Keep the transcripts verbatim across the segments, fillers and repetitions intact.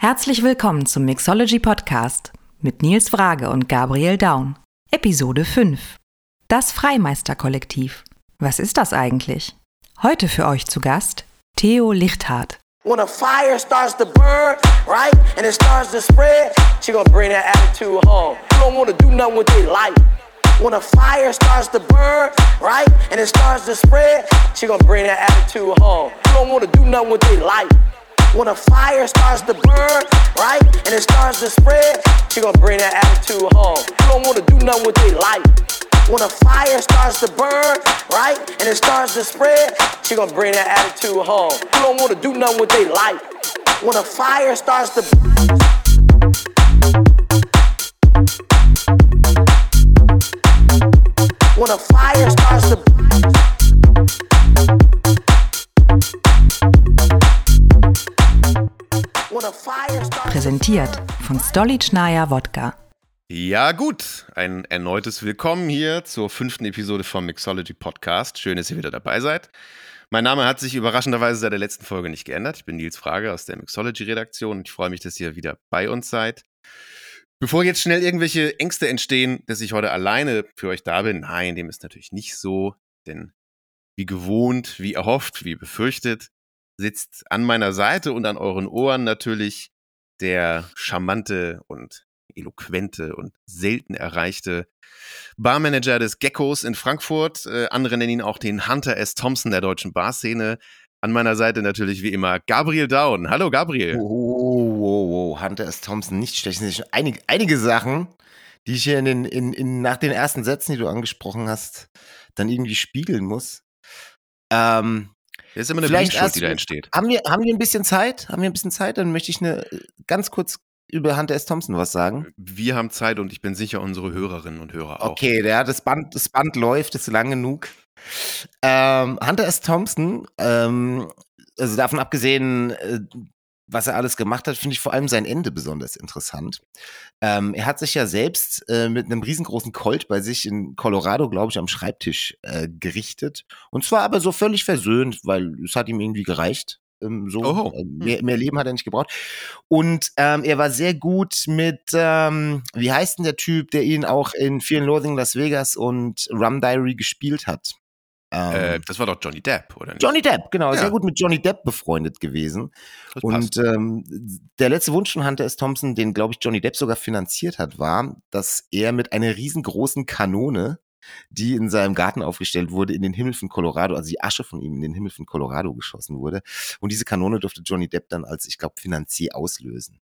Herzlich willkommen zum Mixology Podcast mit Nils Frage und Gabriel Daun. Episode fünf. Das Freimeister-Kollektiv. Was ist das eigentlich? Heute für euch zu Gast Theo Lichthardt. When a fire starts to burn, right, and it starts to spread, she gonna bring that attitude home. You don't wanna do nothing with their life. When a fire starts to burn, right, and it starts to spread, she gonna bring that attitude home. You don't wanna do nothing with their life. When a fire starts to burn, right, and it starts to spread, she gonna bring that attitude home. You don't wanna do nothing with their life. When a fire starts to burn, right, and it starts to spread, she gonna bring that attitude home. You don't wanna do nothing with their life. When a fire starts to When a fire starts to When a fire starts Präsentiert von Stolichnaya Wodka. Ja gut, ein erneutes Willkommen hier zur fünften Episode vom Mixology Podcast. Schön, dass ihr wieder dabei seid. Mein Name hat sich überraschenderweise seit der letzten Folge nicht geändert. Ich bin Nils Frage aus der Mixology-Redaktion und ich freue mich, dass ihr wieder bei uns seid. Bevor jetzt schnell irgendwelche Ängste entstehen, dass ich heute alleine für euch da bin, nein, dem ist natürlich nicht so, denn wie gewohnt, wie erhofft, wie befürchtet, sitzt an meiner Seite und an euren Ohren natürlich der charmante und eloquente und selten erreichte Barmanager des Geckos in Frankfurt. Äh, andere nennen ihn auch den Hunter S. Thompson der deutschen Barszene. An meiner Seite natürlich wie immer Gabriel Daun. Hallo Gabriel. Oh, oh, oh, oh. Hunter S. Thompson, nicht schlecht. Es sind einige, einige Sachen, die ich hier in den, in, in, nach den ersten Sätzen, die du angesprochen hast, dann irgendwie spiegeln muss. Ähm, Das ist immer eine vielleicht Blindschuss, erst, die da entsteht. Haben wir, haben wir ein bisschen Zeit? Haben wir ein bisschen Zeit? Dann möchte ich eine, ganz kurz über Hunter S. Thompson was sagen. Wir haben Zeit und ich bin sicher, unsere Hörerinnen und Hörer auch. Okay, ja, das Band, das Band läuft, ist lang genug. Ähm, Hunter S. Thompson, ähm, also davon abgesehen, äh, was er alles gemacht hat, finde ich vor allem sein Ende besonders interessant. Ähm, er hat sich ja selbst äh, mit einem riesengroßen Colt bei sich in Colorado, glaube ich, am Schreibtisch äh, gerichtet. Und zwar aber so völlig versöhnt, weil es hat ihm irgendwie gereicht. Ähm, so Oho. äh, mehr, mehr Leben hat er nicht gebraucht. Und ähm, er war sehr gut mit, ähm, wie heißt denn der Typ, der ihn auch in Fear and Loathing Las Vegas und Rum Diary gespielt hat? Ähm, Äh, das war doch Johnny Depp, oder nicht? Johnny Depp, genau, Ja. sehr gut mit Johnny Depp befreundet gewesen. Das Und passt. ähm, der letzte Wunsch von Hunter S. Thompson, den, glaube ich, Johnny Depp sogar finanziert hat, war, dass er mit einer riesengroßen Kanone, die in seinem Garten aufgestellt wurde, in den Himmel von Colorado, also die Asche von ihm in den Himmel von Colorado geschossen wurde. Und diese Kanone durfte Johnny Depp dann als, ich glaube, Finanzier auslösen.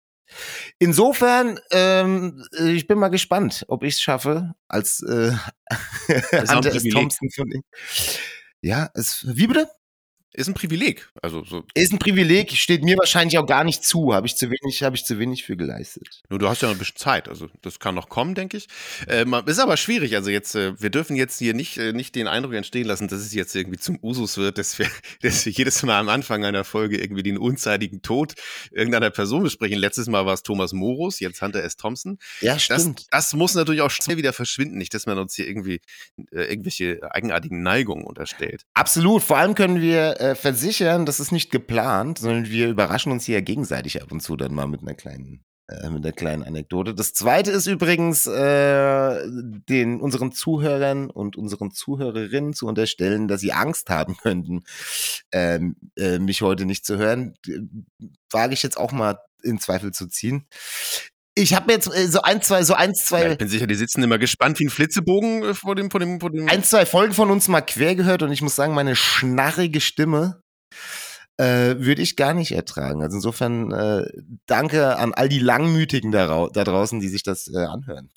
Insofern, ähm, ich bin mal gespannt, ob ich es schaffe, als äh, ein Hunter S. Privileg. Thompson von ihm. Ja, es, wie bitte? Ist ein Privileg. Also so. Ist ein Privileg, steht mir wahrscheinlich auch gar nicht zu. Habe ich zu wenig, habe ich zu wenig für geleistet. Nur du hast ja noch ein bisschen Zeit, also das kann noch kommen, denke ich. Äh, man- ist aber schwierig, also jetzt, äh, wir dürfen jetzt hier nicht, äh, nicht den Eindruck entstehen lassen, dass es jetzt irgendwie zum Usus wird, dass wir, dass wir jedes Mal am Anfang einer Folge irgendwie den unzeitigen Tod irgendeiner Person besprechen. Letztes Mal war es Thomas Morus, jetzt Hunter S. Thompson. Ja, Das, stimmt. das muss natürlich auch schnell wieder verschwinden, nicht, dass man uns hier irgendwie äh, irgendwelche eigenartigen Neigungen unterstellt. Absolut. Vor allem können wir äh, versichern, das ist nicht geplant, sondern wir überraschen uns hier gegenseitig ab und zu dann mal mit einer kleinen, äh, mit einer kleinen Anekdote. Das Zweite ist übrigens, äh, den unseren Zuhörern und unseren Zuhörerinnen zu unterstellen, dass sie Angst haben könnten, ähm, äh, mich heute nicht zu hören. D- Wage ich jetzt auch mal in Zweifel zu ziehen. Ich habe jetzt äh, so ein, zwei, so eins, zwei. Ja, ich bin sicher, die sitzen immer gespannt wie ein Flitzebogen äh, vor dem, vor dem, vor dem. ein, zwei Folgen von uns mal quer gehört und ich muss sagen, meine schnarrige Stimme äh, würde ich gar nicht ertragen. Also insofern äh, danke an all die Langmütigen da, rau- da draußen, die sich das äh, anhören.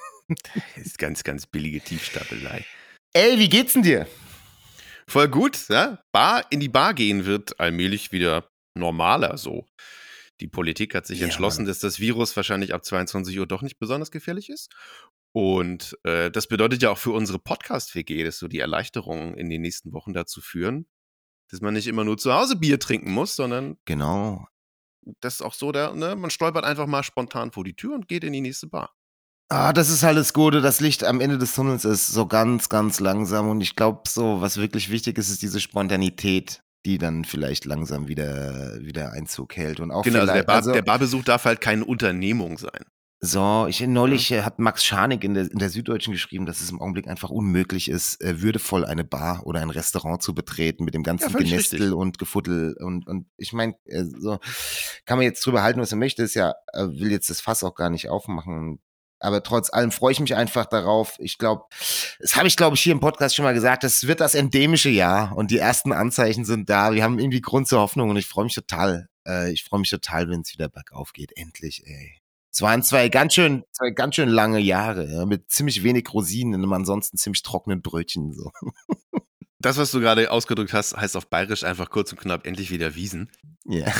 Das ist ganz, ganz billige Tiefstapelei. Ey, wie geht's denn dir? Voll gut, ja. Bar, in die Bar gehen wird allmählich wieder normaler so. Die Politik hat sich Ja, entschlossen, dass das Virus wahrscheinlich ab zweiundzwanzig Uhr doch nicht besonders gefährlich ist. Und äh, das bedeutet ja auch für unsere Podcast-W G, dass so die Erleichterungen in den nächsten Wochen dazu führen, dass man nicht immer nur zu Hause Bier trinken muss, sondern Genau. das ist auch so, der, ne, man stolpert einfach mal spontan vor die Tür und geht in die nächste Bar. Ah, das ist halt das Gute. Das Licht am Ende des Tunnels ist so ganz, ganz langsam. Und ich glaube, so, was wirklich wichtig ist, ist diese Spontanität, die dann vielleicht langsam wieder, wieder Einzug hält. Und auch Genau, also der, Bar, also, der Barbesuch darf halt keine Unternehmung sein. So, ich neulich äh, hat Max Scharnig in der, in der Süddeutschen geschrieben, dass es im Augenblick einfach unmöglich ist, äh, würdevoll eine Bar oder ein Restaurant zu betreten mit dem ganzen Ja, Genestel richtig. und Gefuddel und und ich meine, äh, so kann man jetzt drüber halten, was er möchte, ist ja, äh, will jetzt das Fass auch gar nicht aufmachen. Aber trotz allem freue ich mich einfach darauf. Ich glaube, das habe ich, glaube ich, hier im Podcast schon mal gesagt, das wird das endemische Jahr und die ersten Anzeichen sind da. Wir haben irgendwie Grund zur Hoffnung und ich freue mich total. Äh, ich freue mich total, wenn es wieder bergauf geht. Endlich, ey. Es waren zwei ganz schön, zwei ganz schön lange Jahre, ja, mit ziemlich wenig Rosinen in einem ansonsten ziemlich trockenen Brötchen. So. Das, was du gerade ausgedrückt hast, heißt auf Bayerisch einfach kurz und knapp endlich wieder Wiesen. Ja.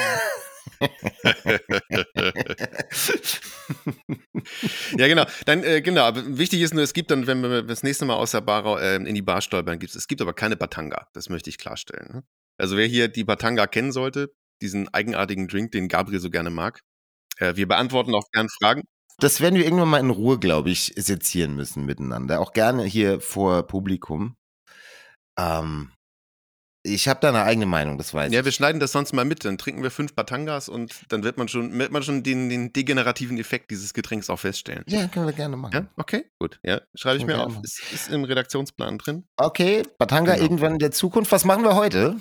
Ja, genau. Dann, äh, genau. Aber wichtig ist nur, es gibt dann, wenn wir das nächste Mal aus der Bar äh, in die Bar stolpern, gibt's, es gibt aber keine Batanga. Das möchte ich klarstellen. Ne? Also wer hier die Batanga kennen sollte, diesen eigenartigen Drink, den Gabriel so gerne mag, äh, wir beantworten auch gerne Fragen. Das werden wir irgendwann mal in Ruhe, glaube ich, sezieren müssen miteinander. Auch gerne hier vor Publikum. Ähm, ich habe da eine eigene Meinung, das weiß Ja, ich. wir schneiden das sonst mal mit. Dann trinken wir fünf Batangas und dann wird man schon, wird man schon den, den degenerativen Effekt dieses Getränks auch feststellen. Ja, können wir gerne machen. Ja, okay, gut. Ja, schreibe ich Können mir wir auf. gerne Ist, ist im Redaktionsplan drin. Okay, Batanga Genau. irgendwann in der Zukunft. Was machen wir heute?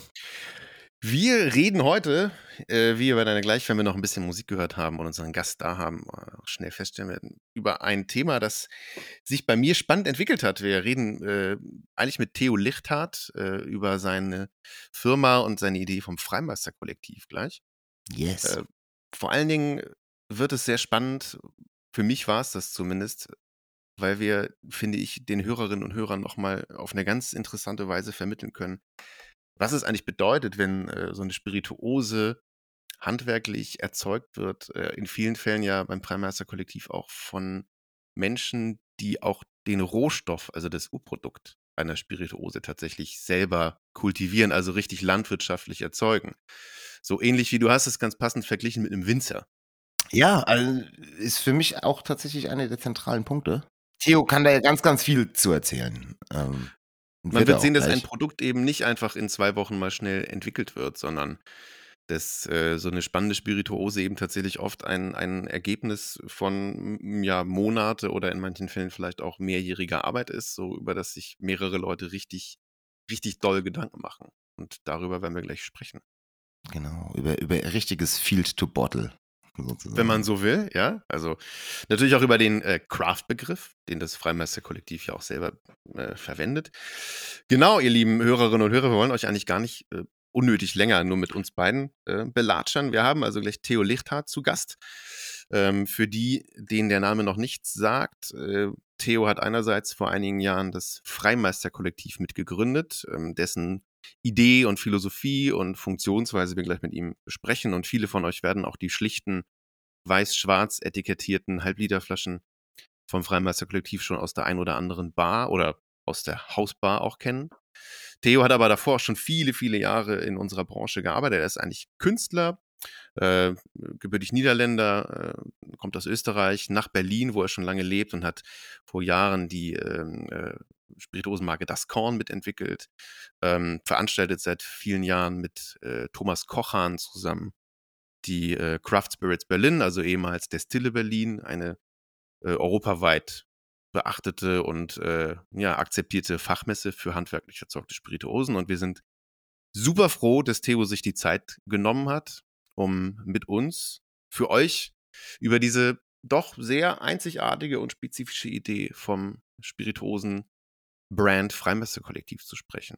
Wir reden heute, äh, wie ihr bei deiner gleich, wenn wir noch ein bisschen Musik gehört haben und unseren Gast da haben, äh, schnell feststellen werden, über ein Thema, das sich bei mir spannend entwickelt hat. Wir reden äh, eigentlich mit Theo Lichthardt äh, über seine Firma und seine Idee vom Freimeister-Kollektiv gleich. Yes. Äh, vor allen Dingen wird es sehr spannend, für mich war es das zumindest, weil wir, finde ich, den Hörerinnen und Hörern nochmal auf eine ganz interessante Weise vermitteln können, was es eigentlich bedeutet, wenn äh, so eine Spirituose handwerklich erzeugt wird, äh, in vielen Fällen ja beim Freimeister-Kollektiv auch von Menschen, die auch den Rohstoff, also das U-Produkt einer Spirituose tatsächlich selber kultivieren, also richtig landwirtschaftlich erzeugen. So ähnlich wie du hast es ganz passend verglichen mit einem Winzer. Ja, also ist für mich auch tatsächlich einer der zentralen Punkte. Theo kann da ja ganz, ganz viel zu erzählen. Ähm, Man wird sehen, dass ein Produkt eben nicht einfach in zwei Wochen mal schnell entwickelt wird, sondern dass äh, so eine spannende Spirituose eben tatsächlich oft ein, ein Ergebnis von m, ja, Monate oder in manchen Fällen vielleicht auch mehrjähriger Arbeit ist, so über das sich mehrere Leute richtig, richtig doll Gedanken machen. Und darüber werden wir gleich sprechen. Genau, über, über richtiges Field to Bottle. Sozusagen. Wenn man so will, ja. Also natürlich auch über den äh, Craft-Begriff, den das Freimeister-Kollektiv ja auch selber äh, verwendet. Genau, ihr lieben Hörerinnen und Hörer, wir wollen euch eigentlich gar nicht äh, unnötig länger nur mit uns beiden äh, belatschern. Wir haben also gleich Theo Lichthardt zu Gast. Ähm, für die, denen der Name noch nichts sagt, äh, Theo hat einerseits vor einigen Jahren das Freimeister-Kollektiv mitgegründet, ähm, dessen Idee und Philosophie und Funktionsweise wir gleich mit ihm besprechen. Und viele von euch werden auch die schlichten, weiß-schwarz etikettierten Halbliterflaschen vom Freimeister-Kollektiv schon aus der ein oder anderen Bar oder aus der Hausbar auch kennen. Theo hat aber davor schon viele, viele Jahre in unserer Branche gearbeitet. Er ist eigentlich Künstler, äh, gebürtig Niederländer, äh, kommt aus Österreich, nach Berlin, wo er schon lange lebt und hat vor Jahren die äh, Spirituosenmarke Das Korn mitentwickelt, ähm, veranstaltet seit vielen Jahren mit äh, Thomas Kochan zusammen die äh, Craft Spirits Berlin, also ehemals Destille Berlin, eine äh, europaweit beachtete und äh, ja, akzeptierte Fachmesse für handwerklich erzeugte Spirituosen. Und wir sind super froh, dass Theo sich die Zeit genommen hat, um mit uns, für euch, über diese doch sehr einzigartige und spezifische Idee vom Spirituosen Brand Freimeister-Kollektiv zu sprechen.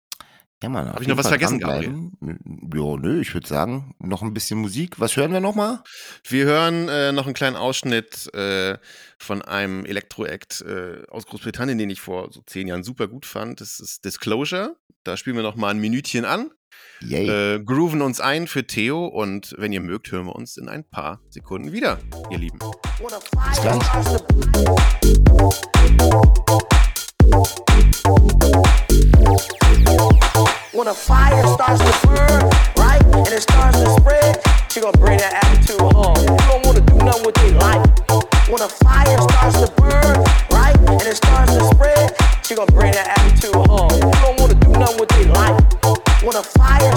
Ja, Mann, Habe ich noch was vergessen, Gabriel? Ja, nö, ich würde sagen, noch ein bisschen Musik. Was hören wir nochmal? Wir hören äh, noch einen kleinen Ausschnitt äh, von einem Elektro-Act äh, aus Großbritannien, den ich vor so zehn Jahren super gut fand. Das ist Disclosure. Da spielen wir noch mal ein Minütchen an. Äh, grooven uns ein für Theo und wenn ihr mögt, hören wir uns in ein paar Sekunden wieder, ihr Lieben. Bis gleich. When a fire starts to burn, right, and it starts to spread, she gonna bring that attitude home. You don't wanna do nothing with their life. When a fire starts to burn, right, and it starts to spread, she gonna bring that attitude home. You don't wanna do nothing with their life. When a fire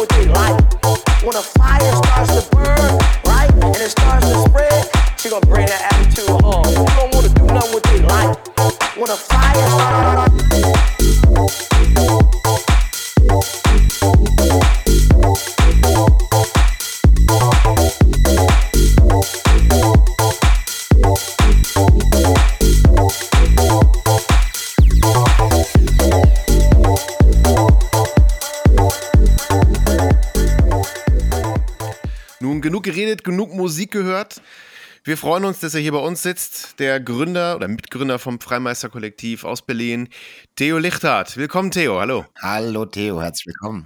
what they like. When a fire starts to burn, right, and it starts to spread, she gonna bring that attitude home. You don't wanna do nothing what they like. When a fire starts. Nun, genug geredet, genug Musik gehört. Wir freuen uns, dass er hier bei uns sitzt, der Gründer oder Mitgründer vom Freimeister-Kollektiv aus Berlin, Theo Lichthardt. Willkommen, Theo, hallo. Hallo Theo, herzlich willkommen.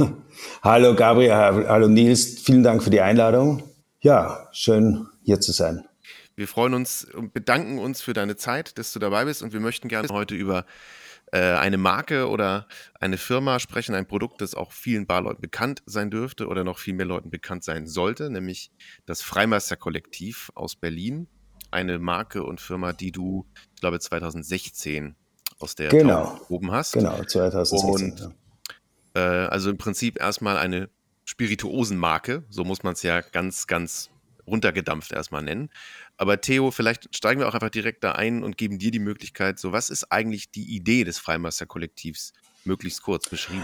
Hallo Gabriel, hallo Nils, vielen Dank für die Einladung. Ja, schön hier zu sein. Wir freuen uns und bedanken uns für deine Zeit, dass du dabei bist, und wir möchten gerne heute über äh, eine Marke oder eine Firma sprechen, ein Produkt, das auch vielen Barleuten bekannt sein dürfte oder noch viel mehr Leuten bekannt sein sollte, nämlich das Freimeister-Kollektiv aus Berlin. Eine Marke und Firma, die du, ich glaube, zwanzig sechzehn aus der Genau. Taufe gehoben hast. Genau, zwanzig sechzehn. Und äh, also im Prinzip erstmal eine Spirituosenmarke, so muss man es ja ganz, ganz runtergedampft erstmal nennen. Aber Theo, vielleicht steigen wir auch einfach direkt da ein und geben dir die Möglichkeit, so was ist eigentlich die Idee des Freimeister-Kollektivs, möglichst kurz beschrieben?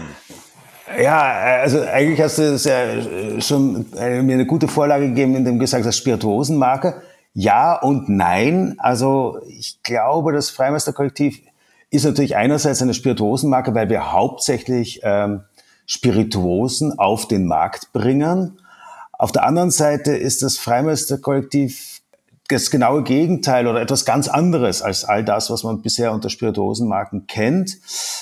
Ja, also eigentlich hast du es ja schon äh, mir eine gute Vorlage gegeben, indem du gesagt hast, Spirituosenmarke. Ja und nein. Also ich glaube, das Freimeister-Kollektiv ist natürlich einerseits eine Spirituosenmarke, weil wir hauptsächlich ähm, Spirituosen auf den Markt bringen. Auf der anderen Seite ist das Freimeister-Kollektiv das genaue Gegenteil oder etwas ganz anderes als all das, was man bisher unter Spirituosenmarken kennt.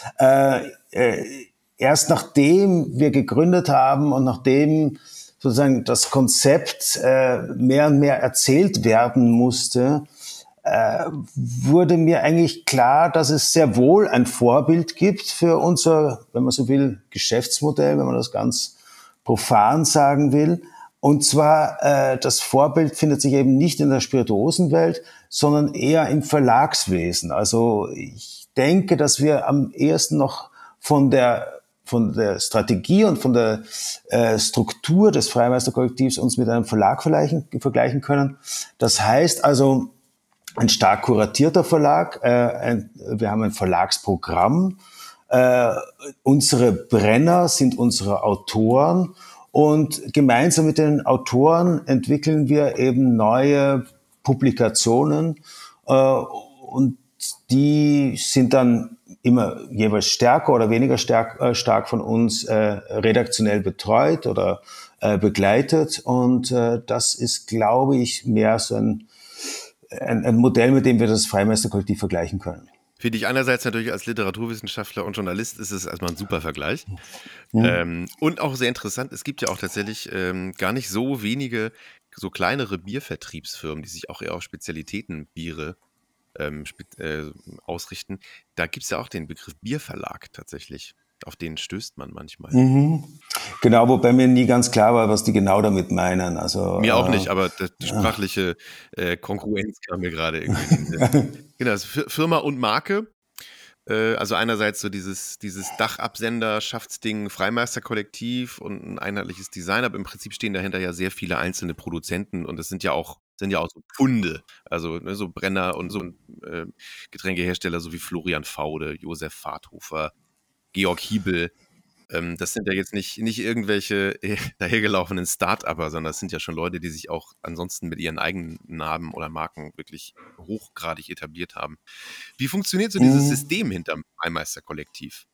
Äh, äh, erst nachdem wir gegründet haben und nachdem sozusagen das Konzept äh, mehr und mehr erzählt werden musste, äh, wurde mir eigentlich klar, dass es sehr wohl ein Vorbild gibt für unser, wenn man so will, Geschäftsmodell, wenn man das ganz profan sagen will. Und zwar, äh, das Vorbild findet sich eben nicht in der Spirituosenwelt, sondern eher im Verlagswesen. Also ich denke, dass wir am ehesten noch von der von der Strategie und von der äh, Struktur des Freimeister-Kollektivs uns mit einem Verlag vergleichen, vergleichen können. Das heißt also, ein stark kuratierter Verlag, äh, ein, wir haben ein Verlagsprogramm, äh, unsere Brenner sind unsere Autoren. Und gemeinsam mit den Autoren entwickeln wir eben neue Publikationen äh, und die sind dann immer jeweils stärker oder weniger stark, äh, stark von uns äh, redaktionell betreut oder äh, begleitet. Und äh, das ist, glaube ich, mehr so ein, ein, ein Modell, mit dem wir das Freimeister-Kollektiv vergleichen können. Für dich einerseits natürlich als Literaturwissenschaftler und Journalist ist es erstmal ein super Vergleich. Ja. Ähm, und auch sehr interessant, es gibt ja auch tatsächlich ähm, gar nicht so wenige so kleinere Biervertriebsfirmen, die sich auch eher auf Spezialitätenbiere ähm, spe- äh, ausrichten. Da gibt es ja auch den Begriff Bierverlag tatsächlich. Auf den stößt man manchmal. Mhm. Genau, wobei mir nie ganz klar war, was die genau damit meinen. Also, mir auch äh, nicht, aber die sprachliche äh, Kongruenz kam mir gerade irgendwie. Genau, also Firma und Marke. Äh, also einerseits so dieses, dieses Dachabsender-Schaftsding, Freimeister-Kollektiv und ein einheitliches Design, aber im Prinzip stehen dahinter ja sehr viele einzelne Produzenten und das sind ja auch sind ja auch so Pfunde, also ne, so Brenner und so äh, Getränkehersteller, so wie Florian Faude, Josef Fahrthofer, Georg Hiebel. Ähm, das sind ja jetzt nicht, nicht irgendwelche äh, dahergelaufenen Start-Upper, sondern das sind ja schon Leute, die sich auch ansonsten mit ihren eigenen Namen oder Marken wirklich hochgradig etabliert haben. Wie funktioniert so dieses mhm. System hinterm Freimeister-Kollektiv?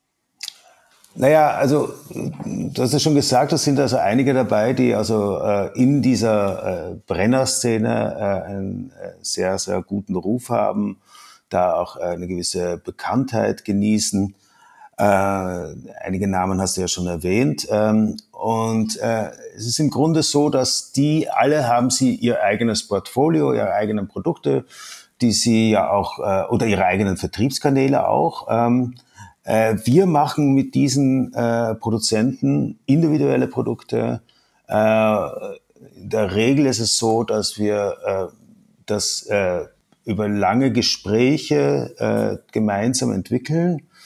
Naja, also du hast ja schon gesagt, es sind also einige dabei, die also äh, in dieser äh, Brennerszene äh, einen äh, sehr, sehr guten Ruf haben, da auch äh, eine gewisse Bekanntheit genießen. Äh, einige Namen hast du ja schon erwähnt. Ähm, und äh, es ist im Grunde so, dass die alle haben sie ihr eigenes Portfolio, ihre eigenen Produkte, die sie ja auch, äh, oder ihre eigenen Vertriebskanäle auch. Ähm, äh, wir machen mit diesen äh, Produzenten individuelle Produkte. Äh, in der Regel ist es so, dass wir äh, das äh, über lange Gespräche äh, gemeinsam entwickeln.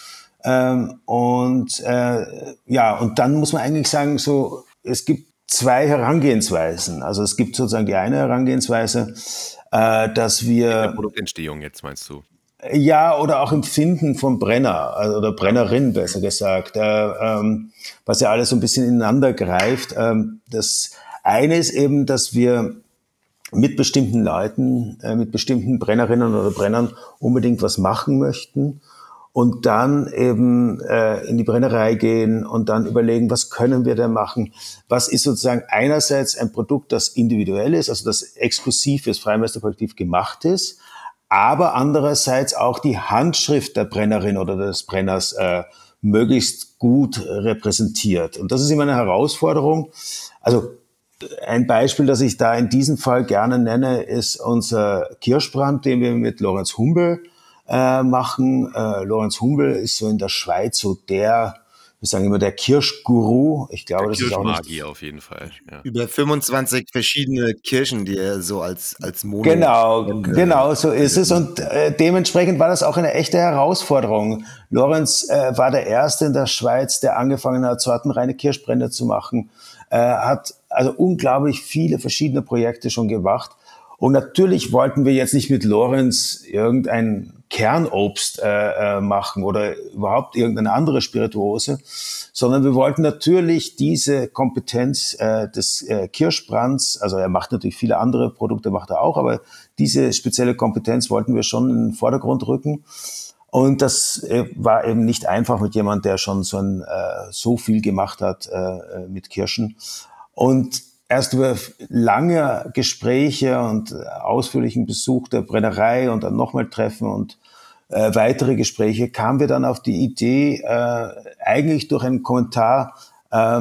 Ähm, und äh, ja, und dann muss man eigentlich sagen, so es gibt zwei Herangehensweisen. Also es gibt sozusagen die eine Herangehensweise, äh, dass wir In der Produktentstehung jetzt meinst du? Ja, oder auch im Finden vom Brenner also, oder Brennerin besser gesagt, äh, ähm, was ja alles so ein bisschen ineinander greift. Ähm, das eine ist eben, dass wir mit bestimmten Leuten, äh, mit bestimmten Brennerinnen oder Brennern unbedingt was machen möchten und dann eben äh, in die Brennerei gehen und dann überlegen, was können wir da machen? Was ist sozusagen einerseits ein Produkt, das individuell ist, also das exklusiv fürs Freimeisterkollektiv gemacht ist, aber andererseits auch die Handschrift der Brennerin oder des Brenners äh, möglichst gut repräsentiert. Und das ist immer eine Herausforderung. Also ein Beispiel, das ich da in diesem Fall gerne nenne, ist unser Kirschbrand, den wir mit Lorenz Humbel äh, machen. Äh, Lorenz Humbel ist so in der Schweiz so der, wir sagen immer der Kirschguru. Ich glaube, Der das ist auch nicht Kirschmagier auf jeden Fall. Ja. Über fünfundzwanzig verschiedene Kirchen, die er so als, als Mono. Genau, äh, genau, so ist es. Und äh, dementsprechend war das auch eine echte Herausforderung. Lorenz äh, war der Erste in der Schweiz, der angefangen hat, sortenreine Kirschbrände zu machen. Äh, hat also unglaublich viele verschiedene Projekte schon gemacht. Und natürlich wollten wir jetzt nicht mit Lorenz irgendein Kernobst äh, äh, machen oder überhaupt irgendeine andere Spirituose, sondern wir wollten natürlich diese Kompetenz äh, des äh, Kirschbrands, also er macht natürlich viele andere Produkte, macht er auch, aber diese spezielle Kompetenz wollten wir schon in den Vordergrund rücken. Und das äh, war eben nicht einfach mit jemand, der schon so, ein, äh, so viel gemacht hat äh, mit Kirschen. Und erst über lange Gespräche und ausführlichen Besuch der Brennerei und dann nochmal Treffen und äh, weitere Gespräche kamen wir dann auf die Idee, äh, eigentlich durch einen Kommentar, äh,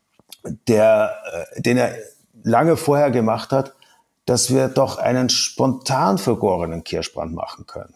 der, äh, den er lange vorher gemacht hat, dass wir doch einen spontan vergorenen Kirschbrand machen können.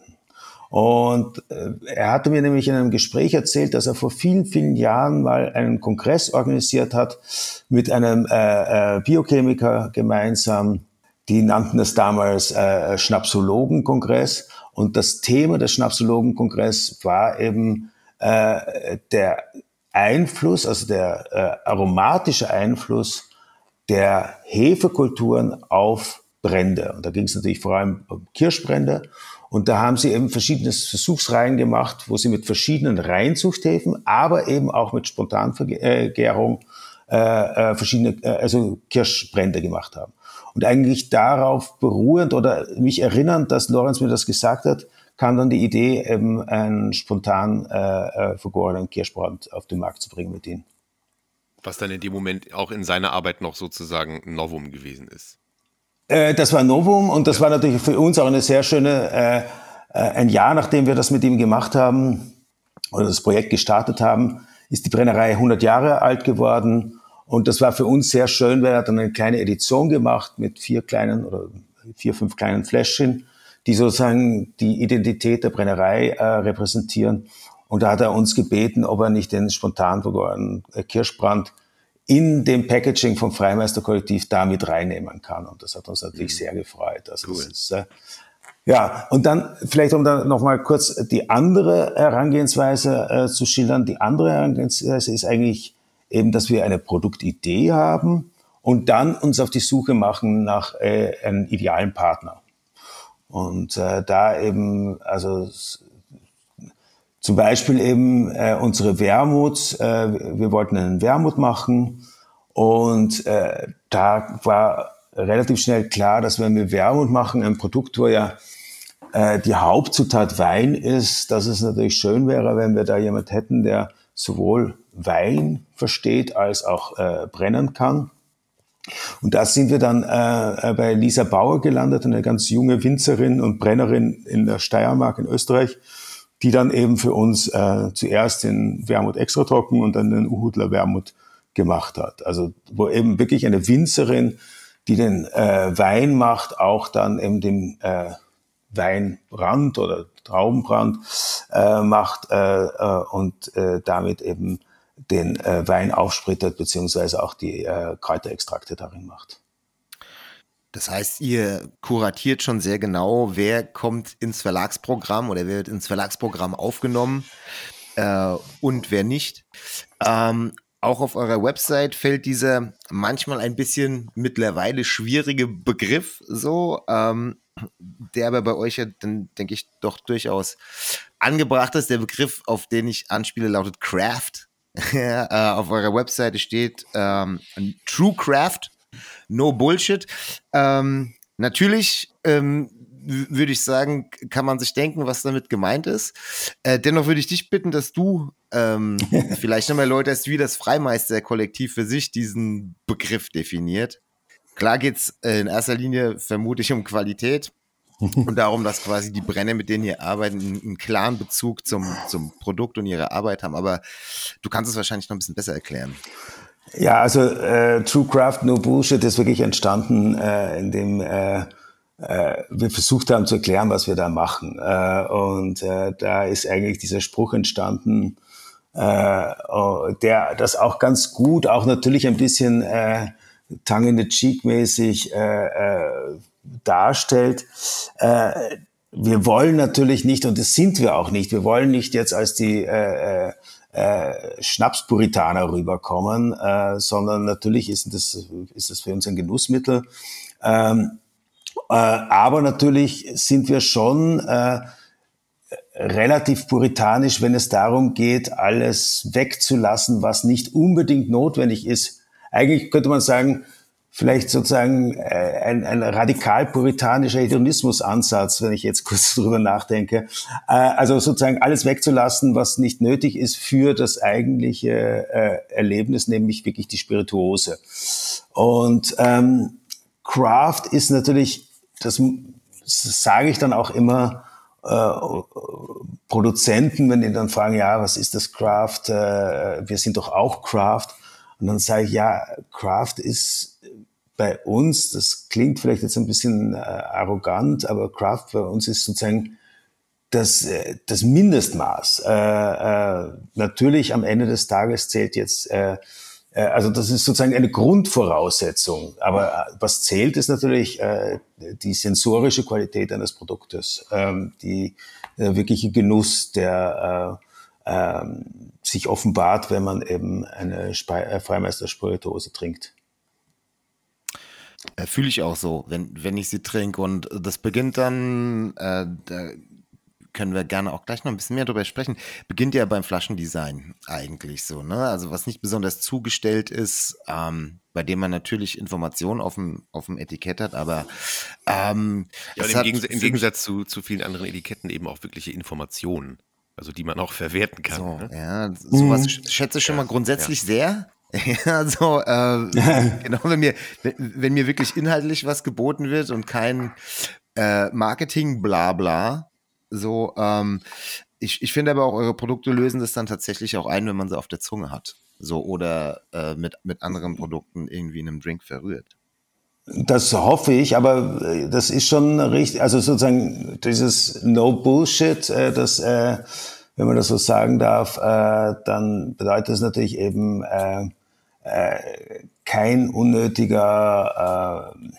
Und äh, er hatte mir nämlich in einem Gespräch erzählt, dass er vor vielen, vielen Jahren mal einen Kongress organisiert hat mit einem äh, äh, Biochemiker gemeinsam. Die nannten es damals äh, Schnapsologenkongress. Und das Thema des Schnapsologenkongress war eben äh, der Einfluss, also der äh, aromatische Einfluss der Hefekulturen auf Brände. Und da ging es natürlich vor allem um Kirschbrände. Und da haben sie eben verschiedene Versuchsreihen gemacht, wo sie mit verschiedenen Reinzuchthäfen, aber eben auch mit Spontanvergärung äh, äh, verschiedene, äh, also Kirschbrände gemacht haben. Und eigentlich darauf beruhend oder mich erinnernd, dass Lorenz mir das gesagt hat, kam dann die Idee, eben einen spontan äh, vergorenen Kirschbrand auf den Markt zu bringen mit ihnen. Was dann in dem Moment auch in seiner Arbeit noch sozusagen ein Novum gewesen ist. Das war ein Novum und das war natürlich für uns auch eine sehr schöne, äh, ein Jahr nachdem wir das mit ihm gemacht haben oder das Projekt gestartet haben, ist die Brennerei hundert Jahre alt geworden und das war für uns sehr schön, weil er hat dann eine kleine Edition gemacht mit vier kleinen oder vier, fünf kleinen Fläschchen, die sozusagen die Identität der Brennerei äh, repräsentieren und da hat er uns gebeten, ob er nicht den spontan vergorenen Kirschbrand in dem Packaging vom Freimeisterkollektiv da mit reinnehmen kann. Und das hat uns natürlich mhm. sehr gefreut. Also cool. Das ist, äh, ja, und dann vielleicht, um dann nochmal kurz die andere Herangehensweise äh, zu schildern. Die andere Herangehensweise ist eigentlich eben, dass wir eine Produktidee haben und dann uns auf die Suche machen nach äh, einem idealen Partner. Und äh, da eben, also zum Beispiel eben äh, unsere Wermut. Äh, wir wollten einen Wermut machen und äh, da war relativ schnell klar, dass wenn wir Wermut machen, ein Produkt, wo ja äh, die Hauptzutat Wein ist, dass es natürlich schön wäre, wenn wir da jemand hätten, der sowohl Wein versteht als auch äh, brennen kann. Und da sind wir dann äh, bei Lisa Bauer gelandet, eine ganz junge Winzerin und Brennerin in der Steiermark in Österreich, die dann eben für uns äh, zuerst den Wermut extra trocken und dann den Uhudler Wermut gemacht hat. Also wo eben wirklich eine Winzerin, die den äh, Wein macht, auch dann eben den äh, Weinbrand oder Traubenbrand äh, macht äh, äh, und äh, damit eben den äh, Wein aufsprittert, beziehungsweise auch die äh, Kräuterextrakte darin macht. Das heißt, ihr kuratiert schon sehr genau, wer kommt ins Verlagsprogramm oder wer wird ins Verlagsprogramm aufgenommen. äh, und wer nicht. Ähm, auch auf eurer Website fällt dieser manchmal ein bisschen mittlerweile schwierige Begriff so, ähm, der aber bei euch ja dann, denke ich, doch durchaus angebracht ist. Der Begriff, auf den ich anspiele, lautet Craft. äh, auf eurer Webseite steht ähm, True Craft, no Bullshit. Ähm, natürlich ähm, würde ich sagen, kann man sich denken, was damit gemeint ist. Äh, dennoch würde ich dich bitten, dass du ähm, vielleicht nochmal erläuterst, wie das Freimeister-Kollektiv für sich diesen Begriff definiert. Klar geht's äh, in erster Linie vermutlich um Qualität und darum, dass quasi die Brenner, mit denen ihr arbeitet, einen, einen klaren Bezug zum, zum Produkt und ihre Arbeit haben. Aber du kannst es wahrscheinlich noch ein bisschen besser erklären. Ja, also äh, True Craft, no Bullshit ist wirklich entstanden, äh, indem äh, äh, wir versucht haben zu erklären, was wir da machen. Äh, und äh, da ist eigentlich dieser Spruch entstanden, äh, der das auch ganz gut, auch natürlich ein bisschen äh, tongue in the cheek mäßig äh, äh, darstellt. Äh, wir wollen natürlich nicht, und das sind wir auch nicht, wir wollen nicht jetzt als die äh, äh, Schnapspuritaner rüberkommen, äh, sondern natürlich ist das, ist das für uns ein Genussmittel. Ähm, äh, aber natürlich sind wir schon äh, relativ puritanisch, wenn es darum geht, alles wegzulassen, was nicht unbedingt notwendig ist. Eigentlich könnte man sagen, vielleicht sozusagen ein, ein radikal-puritanischer Hedonismus-Ansatz, wenn ich jetzt kurz drüber nachdenke. Also sozusagen alles wegzulassen, was nicht nötig ist für das eigentliche Erlebnis, nämlich wirklich die Spirituose. Und ähm, Craft ist natürlich, das, das sage ich dann auch immer, äh, Produzenten, wenn die dann fragen, ja, was ist das Craft? Äh, wir sind doch auch Craft. Und dann sage ich, ja, Craft ist bei uns, das klingt vielleicht jetzt ein bisschen äh, arrogant, aber Craft bei uns ist sozusagen das, äh, das Mindestmaß. Äh, äh, natürlich am Ende des Tages zählt jetzt, äh, äh, also das ist sozusagen eine Grundvoraussetzung. Aber äh, was zählt, ist natürlich äh, die sensorische Qualität eines Produktes, ähm, die äh, wirkliche Genuss, der äh, äh, sich offenbart, wenn man eben eine Spe- Freimeister-Spirituose trinkt. Äh, Fühle ich auch so, wenn, wenn ich sie trinke. Und das beginnt dann, äh, da können wir gerne auch gleich noch ein bisschen mehr drüber sprechen, beginnt ja beim Flaschendesign eigentlich so, ne? Also was nicht besonders zugestellt ist, ähm, bei dem man natürlich Informationen auf dem, auf dem Etikett hat, aber ähm, ja, und im, Gegens- im Gegensatz zu, zu vielen anderen Etiketten eben auch wirkliche Informationen, also die man auch verwerten kann. So, ne? ja, sowas Mhm. schätze ich schon Ja, mal grundsätzlich ja. sehr. Ja, also äh, genau, wenn mir, wenn, wenn mir wirklich inhaltlich was geboten wird und kein äh, Marketing-Blabla, so, ähm, ich, ich finde aber auch, eure Produkte lösen das dann tatsächlich auch ein, wenn man sie auf der Zunge hat. So, oder äh, mit, mit anderen Produkten irgendwie in einem Drink verrührt. Das hoffe ich, aber äh, das ist schon richtig, also sozusagen dieses No Bullshit, äh, das, äh, wenn man das so sagen darf, äh, dann bedeutet es natürlich eben äh, äh, kein unnötiger äh,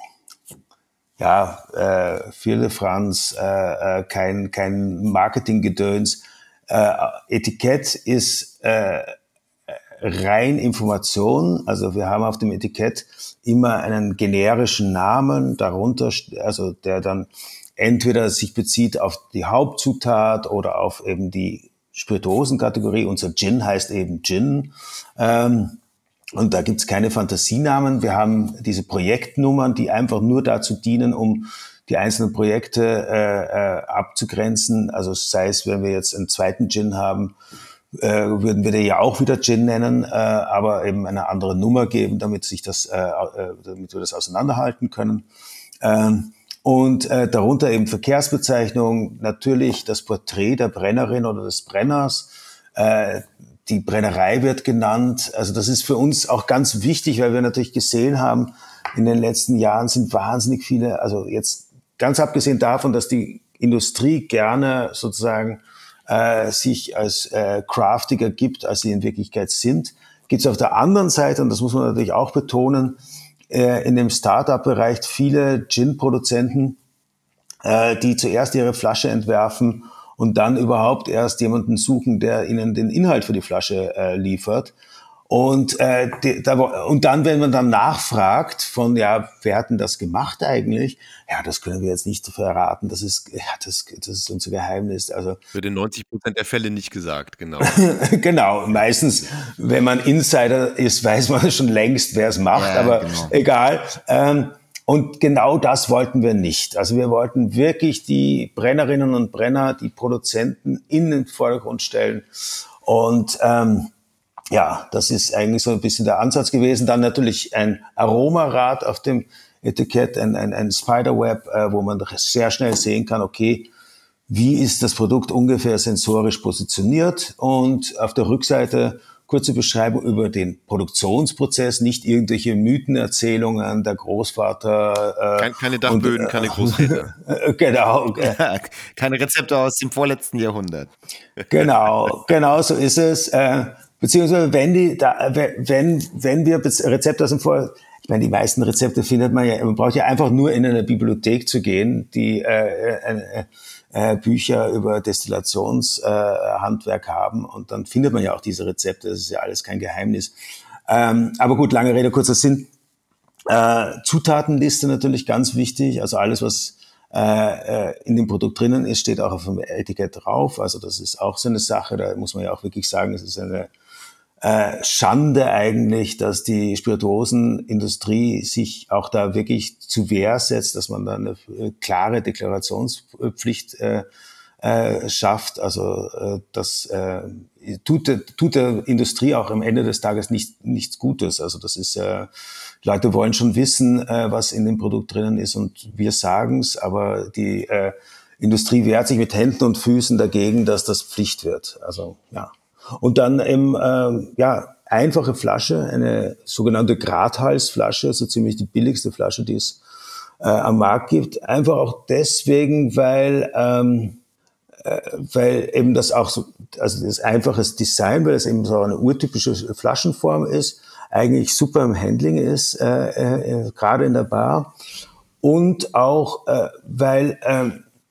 ja, äh, Firlefanz, äh, äh, kein, kein Marketinggedöns. Äh, Etikett ist äh, rein Information, also wir haben auf dem Etikett immer einen generischen Namen darunter, also der dann entweder sich bezieht auf die Hauptzutat oder auf eben die Spirituosenkategorie. Unser Gin heißt eben Gin. Ähm, und da gibt's keine Fantasienamen. Wir haben diese Projektnummern, die einfach nur dazu dienen, um die einzelnen Projekte äh, äh, abzugrenzen. Also sei es, wenn wir jetzt einen zweiten Gin haben, äh, würden wir den ja auch wieder Gin nennen, äh, aber eben eine andere Nummer geben, damit sich das, äh, äh, damit wir das auseinanderhalten können. Ähm, und äh, darunter eben Verkehrsbezeichnung, natürlich das Porträt der Brennerin oder des Brenners. Äh, die Brennerei wird genannt. Also das ist für uns auch ganz wichtig, weil wir natürlich gesehen haben, in den letzten Jahren sind wahnsinnig viele, also jetzt ganz abgesehen davon, dass die Industrie gerne sozusagen äh, sich als äh, craftiger gibt, als sie in Wirklichkeit sind, gibt es auf der anderen Seite, und das muss man natürlich auch betonen, äh, in dem Start-up-Bereich viele Gin-Produzenten, äh, die zuerst ihre Flasche entwerfen und dann überhaupt erst jemanden suchen, der ihnen den Inhalt für die Flasche äh, liefert. Und, äh, die, da, und dann, wenn man dann nachfragt von, ja, wer hat denn das gemacht eigentlich? Ja, das können wir jetzt nicht verraten. Das ist, ja, das, das ist unser Geheimnis. Also wird in neunzig Prozent der Fälle nicht gesagt, genau. Genau, meistens, wenn man Insider ist, weiß man schon längst, wer es macht, Ja, aber genau. egal. Ähm, und genau das wollten wir nicht. Also wir wollten wirklich die Brennerinnen und Brenner, die Produzenten in den Vordergrund stellen. Und ähm, ja, das ist eigentlich so ein bisschen der Ansatz gewesen. Dann natürlich ein Aromarad auf dem Etikett, ein, ein, ein Spiderweb, äh, wo man sehr schnell sehen kann, okay, wie ist das Produkt ungefähr sensorisch positioniert? Und auf der Rückseite kurze Beschreibung über den Produktionsprozess, nicht irgendwelche Mythenerzählungen, der Großvater. Äh, Kein, keine Dachböden, und, äh, keine Großväter. Genau. Ja, keine Rezepte aus dem vorletzten Jahrhundert. Genau, genau so ist es. Äh, beziehungsweise wenn die, da, wenn wenn wir Rezepte aus dem Vor, ich meine, die meisten Rezepte findet man ja, man braucht ja einfach nur in eine Bibliothek zu gehen, die äh, äh, äh, Bücher über Destillationshandwerk äh, haben, und dann findet man ja auch diese Rezepte. Das ist ja alles kein Geheimnis. Ähm, aber gut, lange Rede, kurzer Sinn. Äh, Zutatenliste natürlich ganz wichtig, also alles, was äh, in dem Produkt drinnen ist, steht auch auf dem Etikett drauf. Also das ist auch so eine Sache, da muss man ja auch wirklich sagen, es ist eine äh, Schande eigentlich, dass die Spirituosenindustrie sich auch da wirklich zu Wehr setzt, dass man da eine äh, klare Deklarationspflicht äh, äh, schafft. Also äh, das äh, tut, tut der Industrie auch am Ende des Tages nicht, nichts Gutes. Also das ist äh, Leute wollen schon wissen, äh, was in dem Produkt drinnen ist, und wir sagen's, aber die äh, Industrie wehrt sich mit Händen und Füßen dagegen, dass das Pflicht wird. Also ja. Und dann eben äh, ja einfache Flasche, eine sogenannte Gradhalsflasche, so ziemlich die billigste Flasche, die es äh, am Markt gibt. Einfach auch deswegen, weil ähm, äh, weil eben das auch so, also das einfaches Design, weil es eben so eine urtypische Flaschenform ist, eigentlich super im Handling ist, äh, äh, gerade in der Bar. Und auch, äh, weil äh,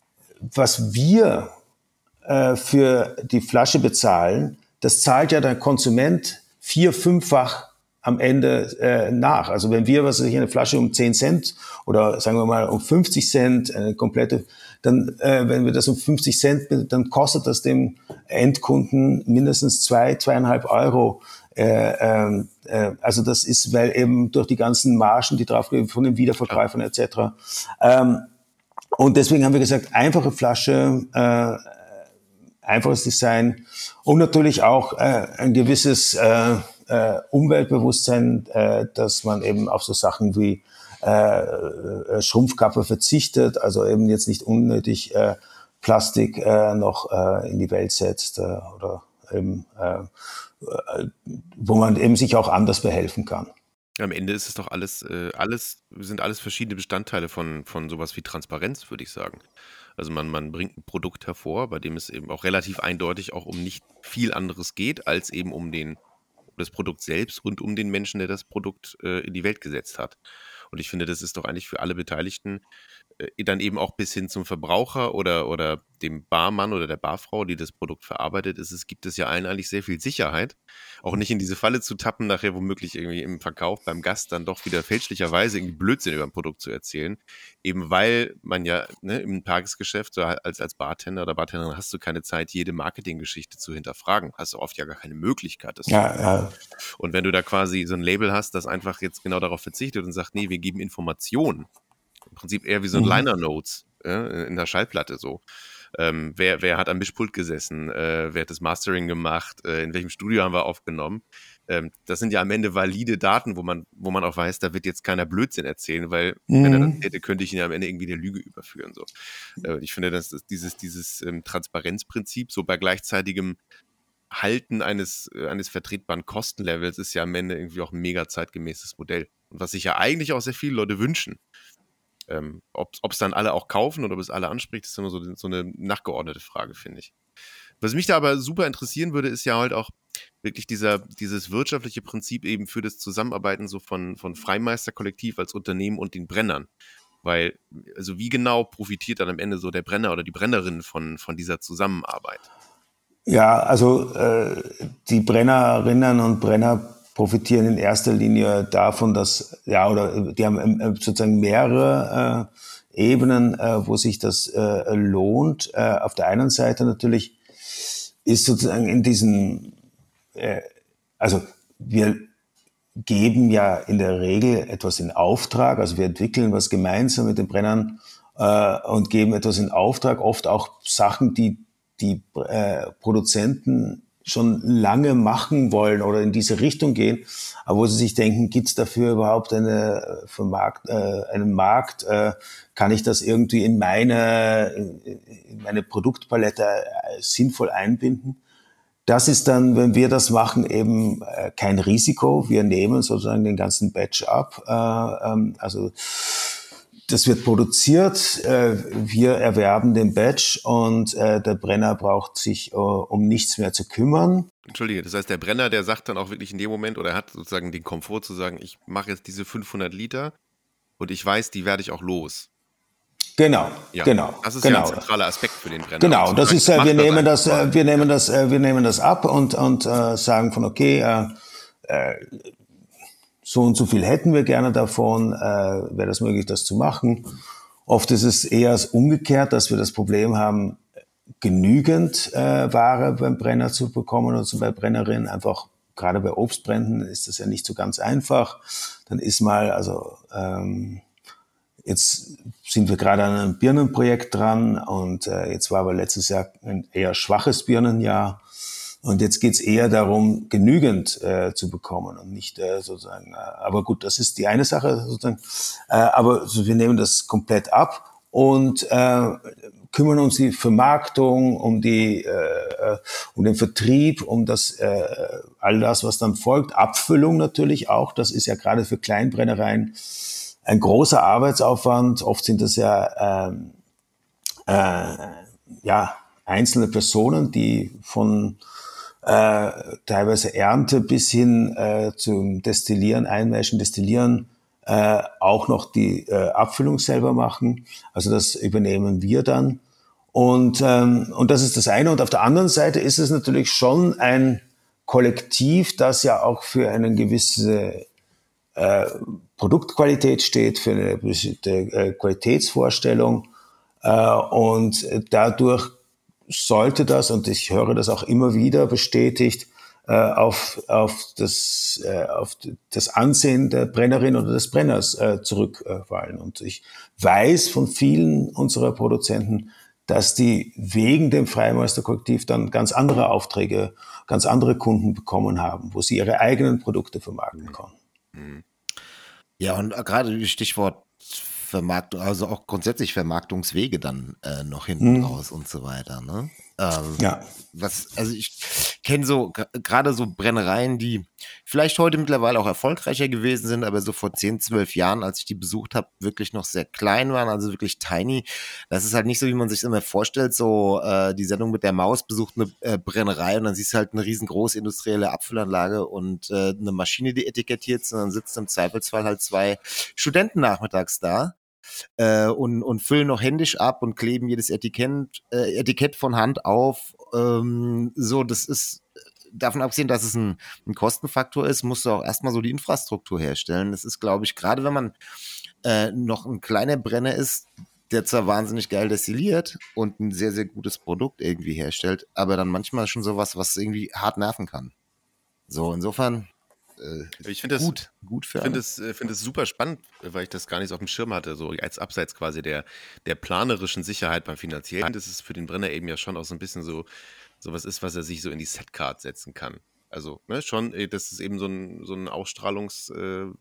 was wir äh, für die Flasche bezahlen, das zahlt ja der Konsument vier-, fünffach am Ende äh, nach. Also wenn wir, was weiß ich, eine Flasche um zehn Cent oder sagen wir mal um fünfzig Cent, eine komplette, dann, äh, wenn wir das um fünfzig Cent, dann kostet das dem Endkunden mindestens zwei, zweieinhalb Euro. Äh, äh, also das ist, weil eben durch die ganzen Margen, die draufgehen von den Wiederverkäufern et cetera. Ähm, und deswegen haben wir gesagt, einfache Flasche, äh, einfaches Design und natürlich auch äh, ein gewisses äh, äh, Umweltbewusstsein, äh, dass man eben auf so Sachen wie äh, Schrumpfkappe verzichtet, also eben jetzt nicht unnötig äh, Plastik äh, noch äh, in die Welt setzt äh, oder eben äh, wo man eben sich auch anders behelfen kann. Am Ende ist es doch alles, äh, alles, sind alles verschiedene Bestandteile von, von sowas wie Transparenz, würde ich sagen. Also man, man bringt ein Produkt hervor, bei dem es eben auch relativ eindeutig auch um nicht viel anderes geht, als eben um den, um das Produkt selbst und um den Menschen, der das Produkt äh, in die Welt gesetzt hat. Und ich finde, das ist doch eigentlich für alle Beteiligten äh, dann eben auch bis hin zum Verbraucher oder, oder dem Barmann oder der Barfrau, die das Produkt verarbeitet, ist es, gibt es ja allen eigentlich sehr viel Sicherheit, auch nicht in diese Falle zu tappen, nachher womöglich irgendwie im Verkauf beim Gast dann doch wieder fälschlicherweise irgendwie Blödsinn über ein Produkt zu erzählen, eben weil man ja ne, im Tagesgeschäft so als, als Bartender oder Bartenderin hast du keine Zeit, jede Marketinggeschichte zu hinterfragen, hast du oft ja gar keine Möglichkeit. Das ja, ja. Und wenn du da quasi so ein Label hast, das einfach jetzt genau darauf verzichtet und sagt, nee, wir geben Informationen, im Prinzip eher wie so ein Mhm. Liner Notes äh, in der Schallplatte so. Ähm, wer, wer hat am Mischpult gesessen, äh, wer hat das Mastering gemacht, äh, in welchem Studio haben wir aufgenommen. Ähm, das sind ja am Ende valide Daten, wo man, wo man auch weiß, da wird jetzt keiner Blödsinn erzählen, weil Mhm. wenn er das hätte, könnte ich ihn am Ende irgendwie der Lüge überführen. So. Äh, ich finde, dass das, dieses, dieses ähm, Transparenzprinzip so bei gleichzeitigem Halten eines, äh, eines vertretbaren Kostenlevels ist ja am Ende irgendwie auch ein mega zeitgemäßes Modell. Und was sich ja eigentlich auch sehr viele Leute wünschen. Ähm, ob es dann alle auch kaufen oder ob es alle anspricht, ist immer so, so eine nachgeordnete Frage, finde ich. Was mich da aber super interessieren würde, ist ja halt auch wirklich dieser, dieses wirtschaftliche Prinzip eben für das Zusammenarbeiten so von, von Freimeister-Kollektiv als Unternehmen und den Brennern. Weil, also wie genau profitiert dann am Ende so der Brenner oder die Brennerin von, von dieser Zusammenarbeit? Ja, also äh, die Brennerinnen und Brenner profitieren in erster Linie davon, dass, ja, oder die haben äh, sozusagen mehrere äh, Ebenen, äh, wo sich das äh, lohnt. Äh, auf der einen Seite natürlich ist sozusagen in diesen, äh, also wir geben ja in der Regel etwas in Auftrag, also wir entwickeln was gemeinsam mit den Brennern äh, und geben etwas in Auftrag, oft auch Sachen, die die äh, Produzenten schon lange machen wollen oder in diese Richtung gehen, aber wo sie sich denken, gibt es dafür überhaupt eine Vermarkt, äh, einen Markt, äh, kann ich das irgendwie in meine, in meine Produktpalette äh, sinnvoll einbinden? Das ist dann, wenn wir das machen, eben äh, kein Risiko. Wir nehmen sozusagen den ganzen Batch ab. Äh, ähm, also das wird produziert, äh, wir erwerben den Batch und äh, der Brenner braucht sich äh, um nichts mehr zu kümmern. Entschuldige, das heißt, der Brenner, der sagt dann auch wirklich in dem Moment oder hat sozusagen den Komfort zu sagen, ich mache jetzt diese fünfhundert Liter und ich weiß, die werde ich auch los. Genau, Ja, genau. das ist genau. ja ein zentraler Aspekt für den Brenner. Genau, Und das sagen, ist, äh, wir macht nehmen das, einfach. äh, wir nehmen das, äh, wir nehmen das ab und und äh, sagen von okay, äh, äh, so und so viel hätten wir gerne davon, äh, wäre das möglich, das zu machen. Oft ist es eher umgekehrt, dass wir das Problem haben, genügend äh, Ware beim Brenner zu bekommen oder bei Brennerinnen. Einfach gerade bei Obstbränden ist das ja nicht so ganz einfach. Dann ist mal, also ähm, jetzt sind wir gerade an einem Birnenprojekt dran und äh, jetzt war aber letztes Jahr ein eher schwaches Birnenjahr. Und jetzt geht's eher darum, genügend äh, zu bekommen und nicht äh, sozusagen, äh, aber gut, das ist die eine Sache sozusagen, äh, aber also wir nehmen das komplett ab und äh, kümmern uns die Vermarktung, um die, äh, um den Vertrieb, um das, äh, all das, was dann folgt, Abfüllung natürlich auch, das ist ja gerade für Kleinbrennereien ein großer Arbeitsaufwand, oft sind das ja, ähm, äh, ja, einzelne Personen, die von Äh, teilweise Ernte bis hin äh, zum Destillieren, Einmeischen, Destillieren, äh, auch noch die äh, Abfüllung selber machen. Also das übernehmen wir dann. Und, ähm, und das ist das eine. Und auf der anderen Seite ist es natürlich schon ein Kollektiv, das ja auch für eine gewisse äh, Produktqualität steht, für eine bestimmte äh, Qualitätsvorstellung. Äh, und dadurch sollte das, und ich höre das auch immer wieder bestätigt, äh, auf, auf, das, äh, auf das Ansehen der Brennerin oder des Brenners äh, zurückfallen. Und ich weiß von vielen unserer Produzenten, dass die wegen dem Freimeisterkollektiv dann ganz andere Aufträge, ganz andere Kunden bekommen haben, wo sie ihre eigenen Produkte vermarkten konnten. Ja, und gerade Stichwort Vermarktung, also auch grundsätzlich Vermarktungswege dann äh, noch hinten Mhm. raus und so weiter, ne? Ähm, Ja. Was, also ich kenne so g- gerade so Brennereien, die vielleicht heute mittlerweile auch erfolgreicher gewesen sind, aber so vor zehn, zwölf Jahren, als ich die besucht habe, wirklich noch sehr klein waren, also wirklich tiny. Das ist halt nicht so, wie man sich immer vorstellt, so äh, die Sendung mit der Maus besucht eine äh, Brennerei und dann siehst du halt eine riesengroße industrielle Abfüllanlage und äh, eine Maschine, die etikettiert ist und dann sitzen im Zweifelsfall halt zwei Studenten nachmittags da. Äh, und, und füllen noch händisch ab und kleben jedes Etikett, äh, Etikett von Hand auf. Ähm, so, das ist, davon abgesehen, dass es ein, ein Kostenfaktor ist, musst du auch erstmal so die Infrastruktur herstellen. Das ist, glaube ich, gerade wenn man äh, noch ein kleiner Brenner ist, der zwar wahnsinnig geil destilliert und ein sehr, sehr gutes Produkt irgendwie herstellt, aber dann manchmal schon sowas, was irgendwie hart nerven kann. So, insofern äh, Ich finde das, gut, gut für Ich finde alle. es äh, finde es super spannend, weil ich das gar nicht so auf dem Schirm hatte, so als abseits quasi der, der planerischen Sicherheit beim Finanziellen. Das ist für den Brenner eben ja schon auch so ein bisschen so, so was ist, was er sich so in die Setcard setzen kann. Also, ne, schon, äh, dass es eben so ein, so ein Ausstrahlungs-Impact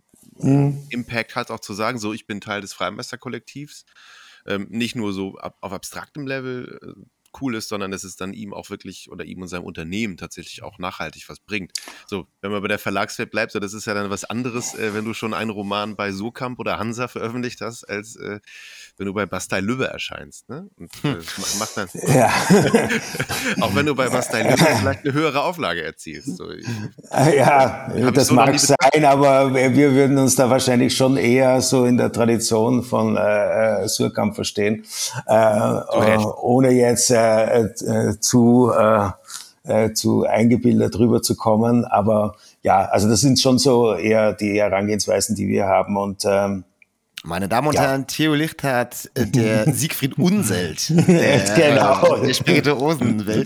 Mhm. hat, auch zu sagen, so, ich bin Teil des Freimeisterkollektivs. Ähm, nicht nur so ab, auf abstraktem Level, äh, cool ist, sondern dass es dann ihm auch wirklich oder ihm und seinem Unternehmen tatsächlich auch nachhaltig was bringt. So, wenn man bei der Verlagswelt bleibt, so das ist ja dann was anderes, äh, wenn du schon einen Roman bei Sokamp oder Hansa veröffentlicht hast, als äh, wenn du bei Bastei-Lübbe erscheinst. Ne? Und äh, das macht dann Ja. auch wenn du bei Bastei-Lübbe vielleicht eine höhere Auflage erzielst. So, ich, Ja, das so noch mag nie sein, aber wir würden uns da wahrscheinlich schon eher so in der Tradition von äh, Suhrkamp verstehen, äh, äh, ohne jetzt äh, äh, zu äh, äh, zu eingebildet rüberzukommen. Aber ja, also das sind schon so eher die Herangehensweisen, die wir haben. Und ähm, Meine Damen und Ja. Herren, Theo Lichthardt, äh, der Siegfried Unselt der, Genau. äh, der Spirituosenwelt.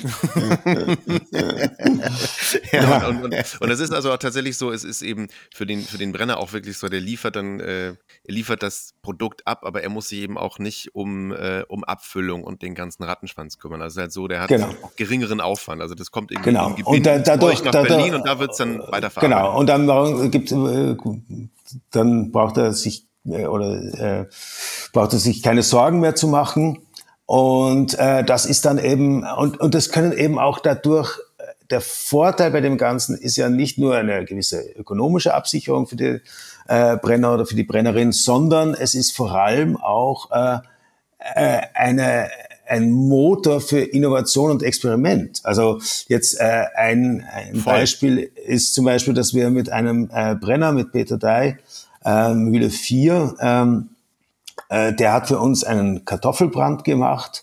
Ja, und, und, und, und es ist also auch tatsächlich so, es ist eben für den, für den Brenner auch wirklich so, der liefert dann, äh, er liefert das Produkt ab, aber er muss sich eben auch nicht um, äh, um Abfüllung und den ganzen Rattenschwanz kümmern. Also halt so, der hat Genau. geringeren Aufwand. Also das kommt irgendwie Genau. im Gewinn Und da- dadurch- zu euch nach dadurch- Berlin und da wird es dann weiterverarbeitet. Genau, und dann gibt äh, dann braucht er sich äh, oder äh, braucht er sich keine Sorgen mehr zu machen. Und äh, das ist dann eben und und das können eben auch dadurch äh, der Vorteil bei dem Ganzen ist ja nicht nur eine gewisse ökonomische Absicherung für die äh, Brenner oder für die Brennerin, sondern es ist vor allem auch äh, äh, eine ein Motor für Innovation und Experiment. Also jetzt äh, ein, ein Beispiel ist zum Beispiel, dass wir mit einem äh, Brenner, mit Peter Dey, äh, Mühle vier, ähm, äh, der hat für uns einen Kartoffelbrand gemacht.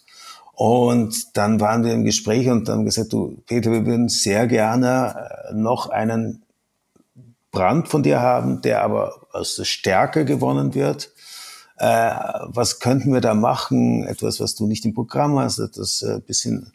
Und dann waren wir im Gespräch und haben gesagt, du Peter, wir würden sehr gerne äh, noch einen Brand von dir haben, der aber aus der Stärke gewonnen wird. Äh, was könnten wir da machen? Etwas, was du nicht im Programm hast, etwas äh, bisschen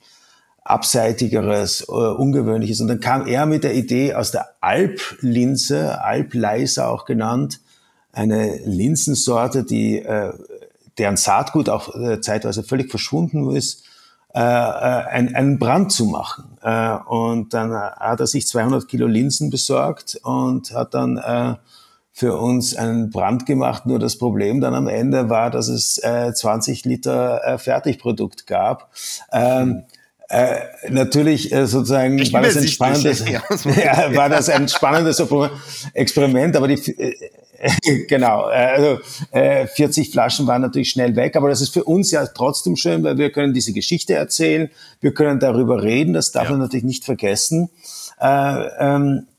abseitigeres, äh, ungewöhnliches. Und dann kam er mit der Idee aus der Alplinse, Alpleiser auch genannt, eine Linsensorte, die äh, deren Saatgut auch äh, zeitweise völlig verschwunden ist, äh, äh, ein, einen Brand zu machen. Äh, und dann hat er sich zweihundert Kilo Linsen besorgt und hat dann äh, für uns einen Brand gemacht. Nur das Problem dann am Ende war, dass es äh, zwanzig Liter äh, Fertigprodukt gab. Ähm, äh, natürlich äh, sozusagen Echt war das ein übersichtlich, spannendes, ja. ja, war das ein spannendes Experiment, aber die äh, genau, äh, also äh, vierzig Flaschen waren natürlich schnell weg, aber das ist für uns ja trotzdem schön, weil wir können diese Geschichte erzählen, wir können darüber reden, das darf Ja. man natürlich nicht vergessen. Äh, ähm,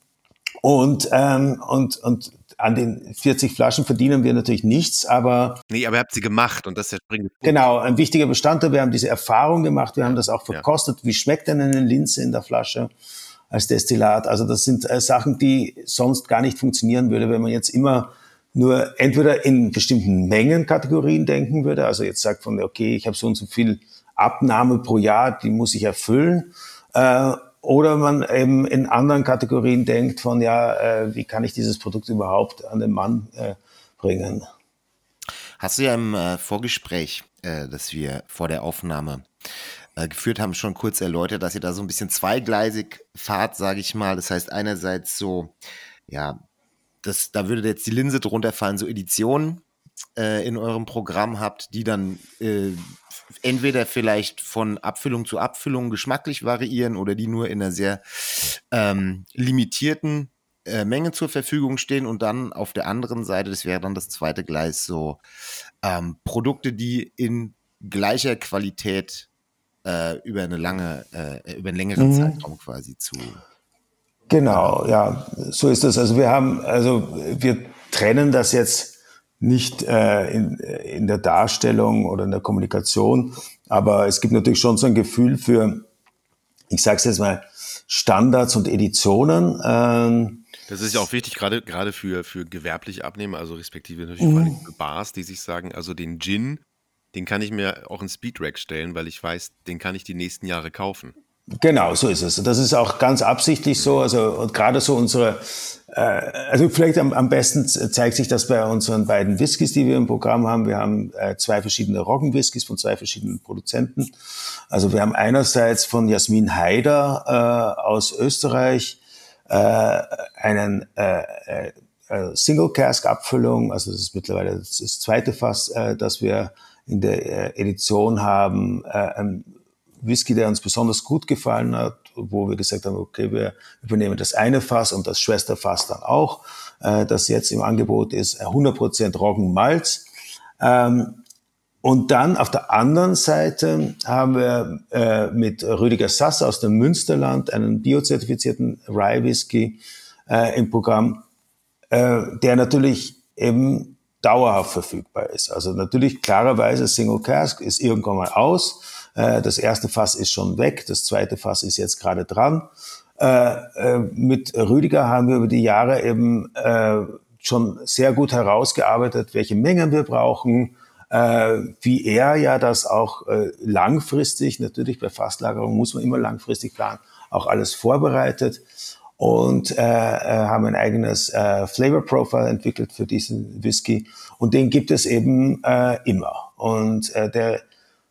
und ähm, und und an den vierzig Flaschen verdienen wir natürlich nichts, aber Nee, aber ihr habt sie gemacht und das ist der springende Punkt. genau, ein wichtiger Bestandteil. Wir haben diese Erfahrung gemacht, wir haben das auch Ja. verkostet. Wie schmeckt denn eine Linse in der Flasche als Destillat? Also das sind äh, Sachen, die sonst gar nicht funktionieren würde, wenn man jetzt immer nur entweder in bestimmten Mengenkategorien denken würde, also jetzt sagt von, okay, ich habe so und so viel Abnahme pro Jahr, die muss ich erfüllen, äh, oder man eben in anderen Kategorien denkt von, ja, äh, wie kann ich dieses Produkt überhaupt an den Mann äh, bringen? Hast du ja im äh, Vorgespräch, äh, das wir vor der Aufnahme äh, geführt haben, schon kurz erläutert, dass ihr da so ein bisschen zweigleisig fahrt, sage ich mal. Das heißt einerseits so, ja, das, da würde jetzt die Linse drunter fallen, so Editionen äh, in eurem Programm habt, die dann äh, entweder vielleicht von Abfüllung zu Abfüllung geschmacklich variieren oder die nur in einer sehr ähm, limitierten äh, Menge zur Verfügung stehen und dann auf der anderen Seite, das wäre dann das zweite Gleis, so ähm, Produkte, die in gleicher Qualität äh, über eine lange, äh, über einen längeren Mhm. Zeitraum quasi zu. Genau, ja, so ist das. Also wir haben, also wir trennen das jetzt nicht äh, in, in der Darstellung oder in der Kommunikation, aber es gibt natürlich schon so ein Gefühl für, ich sage es jetzt mal, Standards und Editionen. Ähm, Das ist ja auch wichtig, gerade gerade für, für gewerbliche Abnehmer, also respektive natürlich vor allem für Bars, die sich sagen, also den Gin, den kann ich mir auch in Speedrack stellen, weil ich weiß, den kann ich die nächsten Jahre kaufen. Genau, so ist es. Das ist auch ganz absichtlich so. Also und gerade so unsere, äh, also vielleicht am, am besten zeigt sich das bei unseren beiden Whiskys, die wir im Programm haben. Wir haben äh, zwei verschiedene Roggen-Whiskys von zwei verschiedenen Produzenten. Also wir haben einerseits von Jasmin Haider äh, aus Österreich äh, einen äh, äh, Single-Cask-Abfüllung. Also das ist mittlerweile das zweite Fass, äh, das wir in der äh, Edition haben. Äh, ein Whisky, der uns besonders gut gefallen hat, wo wir gesagt haben, okay, wir übernehmen das eine Fass und das Schwesterfass dann auch, äh, das jetzt im Angebot ist, hundert Prozent Roggenmalz. Ähm, und dann auf der anderen Seite haben wir äh, mit Rüdiger Sass aus dem Münsterland einen biozertifizierten Rye Whisky äh, im Programm, äh, der natürlich eben dauerhaft verfügbar ist. Also natürlich klarerweise Single Cask ist irgendwann mal aus. Äh, das erste Fass ist schon weg, das zweite Fass ist jetzt gerade dran. Äh, äh, mit Rüdiger haben wir über die Jahre eben äh, schon sehr gut herausgearbeitet, welche Mengen wir brauchen, äh, wie er ja das auch äh, langfristig, natürlich bei Fasslagerung muss man immer langfristig planen, auch alles vorbereitet. Und äh, haben ein eigenes äh, Flavor Profile entwickelt für diesen Whisky. Und den gibt es eben äh, immer. Und äh, der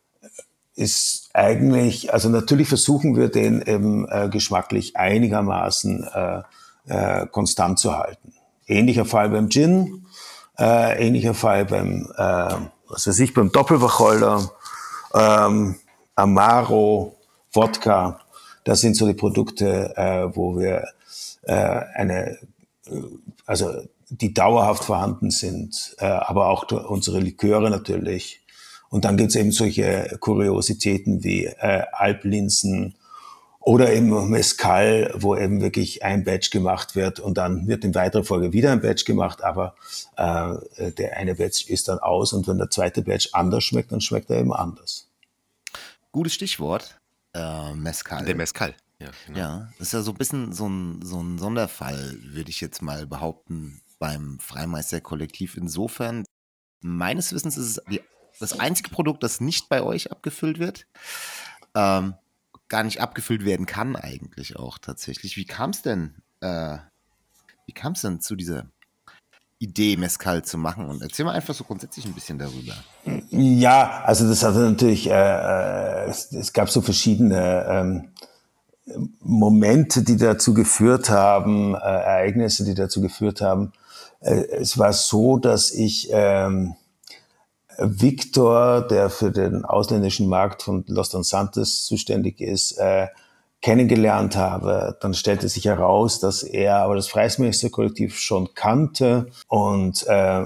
ist eigentlich, also natürlich versuchen wir den eben äh, geschmacklich einigermaßen äh, äh, konstant zu halten. Ähnlicher Fall beim Gin, äh, ähnlicher Fall beim, äh, was weiß ich, beim Doppelwacholder, ähm, Amaro, Wodka. Das sind so die Produkte, äh, wo wir äh, eine, äh, also die dauerhaft vorhanden sind, äh, aber auch unsere Liköre natürlich. Und dann gibt's eben solche Kuriositäten wie äh, Alplinsen oder eben Mezcal, wo eben wirklich ein Batch gemacht wird und dann wird in weiterer Folge wieder ein Batch gemacht, aber äh, der eine Batch ist dann aus und wenn der zweite Batch anders schmeckt, dann schmeckt er eben anders. Gutes Stichwort. Äh, Mezcal. Der Mezcal. Ja, genau. Ja, das ist ja so ein bisschen so ein, so ein Sonderfall, würde ich jetzt mal behaupten, beim Freimeister-Kollektiv. Insofern, meines Wissens ist es die, das einzige Produkt, das nicht bei euch abgefüllt wird, ähm, gar nicht abgefüllt werden kann eigentlich auch tatsächlich. Wie kam es denn, äh, wie kam es denn zu dieser Idee, Mezcal zu machen? Und erzähl mal einfach so grundsätzlich ein bisschen darüber. Ja, also das hatte natürlich, äh, es, es gab so verschiedene ähm, Momente, die dazu geführt haben, äh, Ereignisse, die dazu geführt haben. Äh, es war so, dass ich ähm, Victor, der für den ausländischen Markt von Los Danzantes zuständig ist, äh, kennengelernt habe. Dann stellte sich heraus, dass er aber das Freimeister-Kollektiv schon kannte und äh,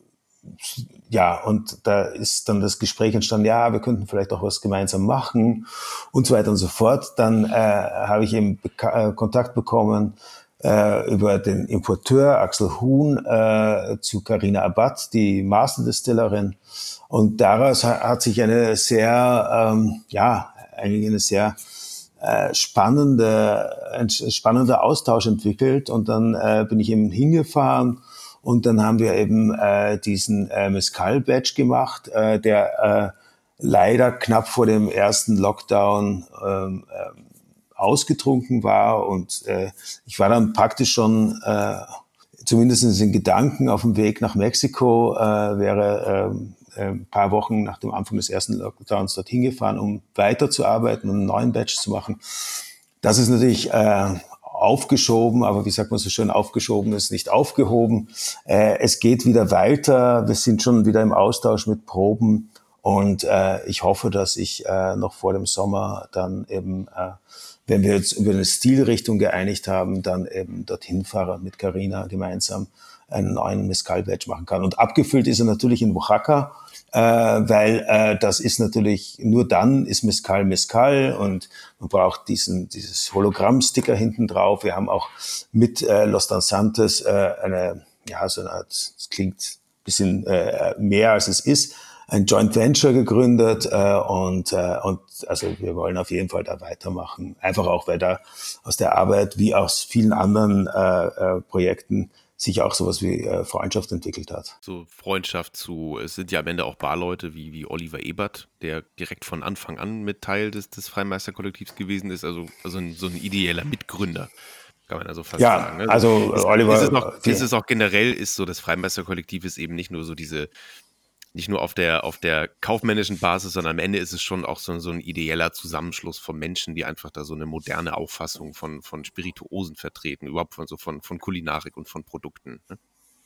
ja, und da ist dann das Gespräch entstanden, ja, wir könnten vielleicht auch was gemeinsam machen und so weiter und so fort. Dann äh, habe ich eben beka- äh, Kontakt bekommen äh, über den Importeur Axel Huhn äh, zu Carina Abad, die Masterdistillerin. Und daraus ha- hat sich eine sehr, ähm, ja, eigentlich eine sehr äh, spannende, ein spannender Austausch entwickelt. Und dann äh, bin ich eben hingefahren. Und dann haben wir eben äh, diesen äh, Mezcal-Batch gemacht, äh, der äh, leider knapp vor dem ersten Lockdown ähm, äh, ausgetrunken war. Und äh, ich war dann praktisch schon, äh, zumindest in Gedanken, auf dem Weg nach Mexiko, äh, wäre äh, ein paar Wochen nach dem Anfang des ersten Lockdowns dorthin gefahren, um weiterzuarbeiten und einen neuen Batch zu machen. Das ist natürlich äh, aufgeschoben, aber wie sagt man so schön, aufgeschoben ist nicht aufgehoben. Äh, es geht wieder weiter, wir sind schon wieder im Austausch mit Proben und äh, ich hoffe, dass ich äh, noch vor dem Sommer dann eben, äh, wenn wir jetzt über eine Stilrichtung geeinigt haben, dann eben dorthin fahre und mit Carina gemeinsam einen neuen Mezcal-Batch machen kann. Und abgefüllt ist er natürlich in Oaxaca, äh, weil äh, das ist natürlich, nur dann ist Mezcal Mezcal und man braucht diesen dieses Hologramm-Sticker hinten drauf. Wir haben auch mit äh, Los Danzantes äh, eine, ja, so eine Art, es klingt ein bisschen äh, mehr als es ist, ein Joint Venture gegründet äh, und äh, und also wir wollen auf jeden Fall da weitermachen. Einfach auch, weil da aus der Arbeit wie aus vielen anderen äh, äh, Projekten sich auch sowas wie äh, Freundschaft entwickelt hat. So Freundschaft zu, es sind ja am Ende auch Barleute wie, wie Oliver Ebert, der direkt von Anfang an mit Teil des, des Freimeister-Kollektivs gewesen ist, also, also ein, so ein ideeller Mitgründer, kann man also fast ja, sagen. Ne? Also ist, Oliver... Ist es, noch, ist es auch generell, ist so, das Freimeister-Kollektiv ist eben nicht nur so diese, nicht nur auf der, auf der kaufmännischen Basis, sondern am Ende ist es schon auch so, so ein ideeller Zusammenschluss von Menschen, die einfach da so eine moderne Auffassung von, von Spirituosen vertreten, überhaupt von, so von, von Kulinarik und von Produkten. Ne?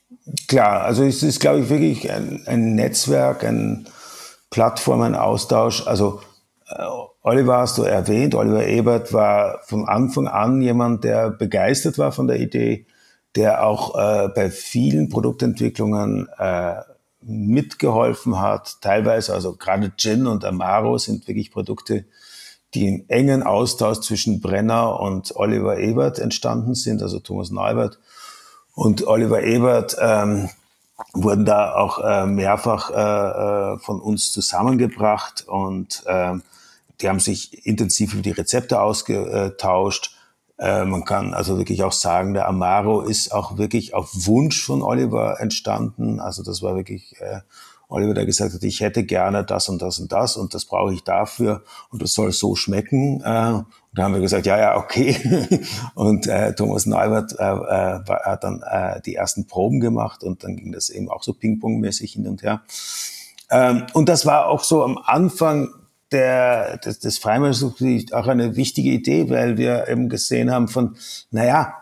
Klar, also es ist, glaube ich, wirklich ein, ein Netzwerk, ein Plattform, ein Austausch. Also Oliver hast du erwähnt, Oliver Ebert war von Anfang an jemand, der begeistert war von der Idee, der auch äh, bei vielen Produktentwicklungen äh, mitgeholfen hat, teilweise, also gerade Gin und Amaro sind wirklich Produkte, die im engen Austausch zwischen Brenner und Oliver Ebert entstanden sind, also Thomas Neubert und Oliver Ebert ähm, wurden da auch äh, mehrfach äh, von uns zusammengebracht und äh, die haben sich intensiv über die Rezepte ausgetauscht. Äh, man kann also wirklich auch sagen, der Amaro ist auch wirklich auf Wunsch von Oliver entstanden. Also das war wirklich äh, Oliver, der gesagt hat, ich hätte gerne das und das und das und das brauche ich dafür und das soll so schmecken. Äh, und da haben wir gesagt, ja, ja, okay. Und äh, Thomas Neubert äh, äh, hat dann äh, die ersten Proben gemacht und dann ging das eben auch so Ping-Pong-mäßig hin und her. Ähm, und das war auch so am Anfang der, des, des Freimeisters auch eine wichtige Idee, weil wir eben gesehen haben von, naja,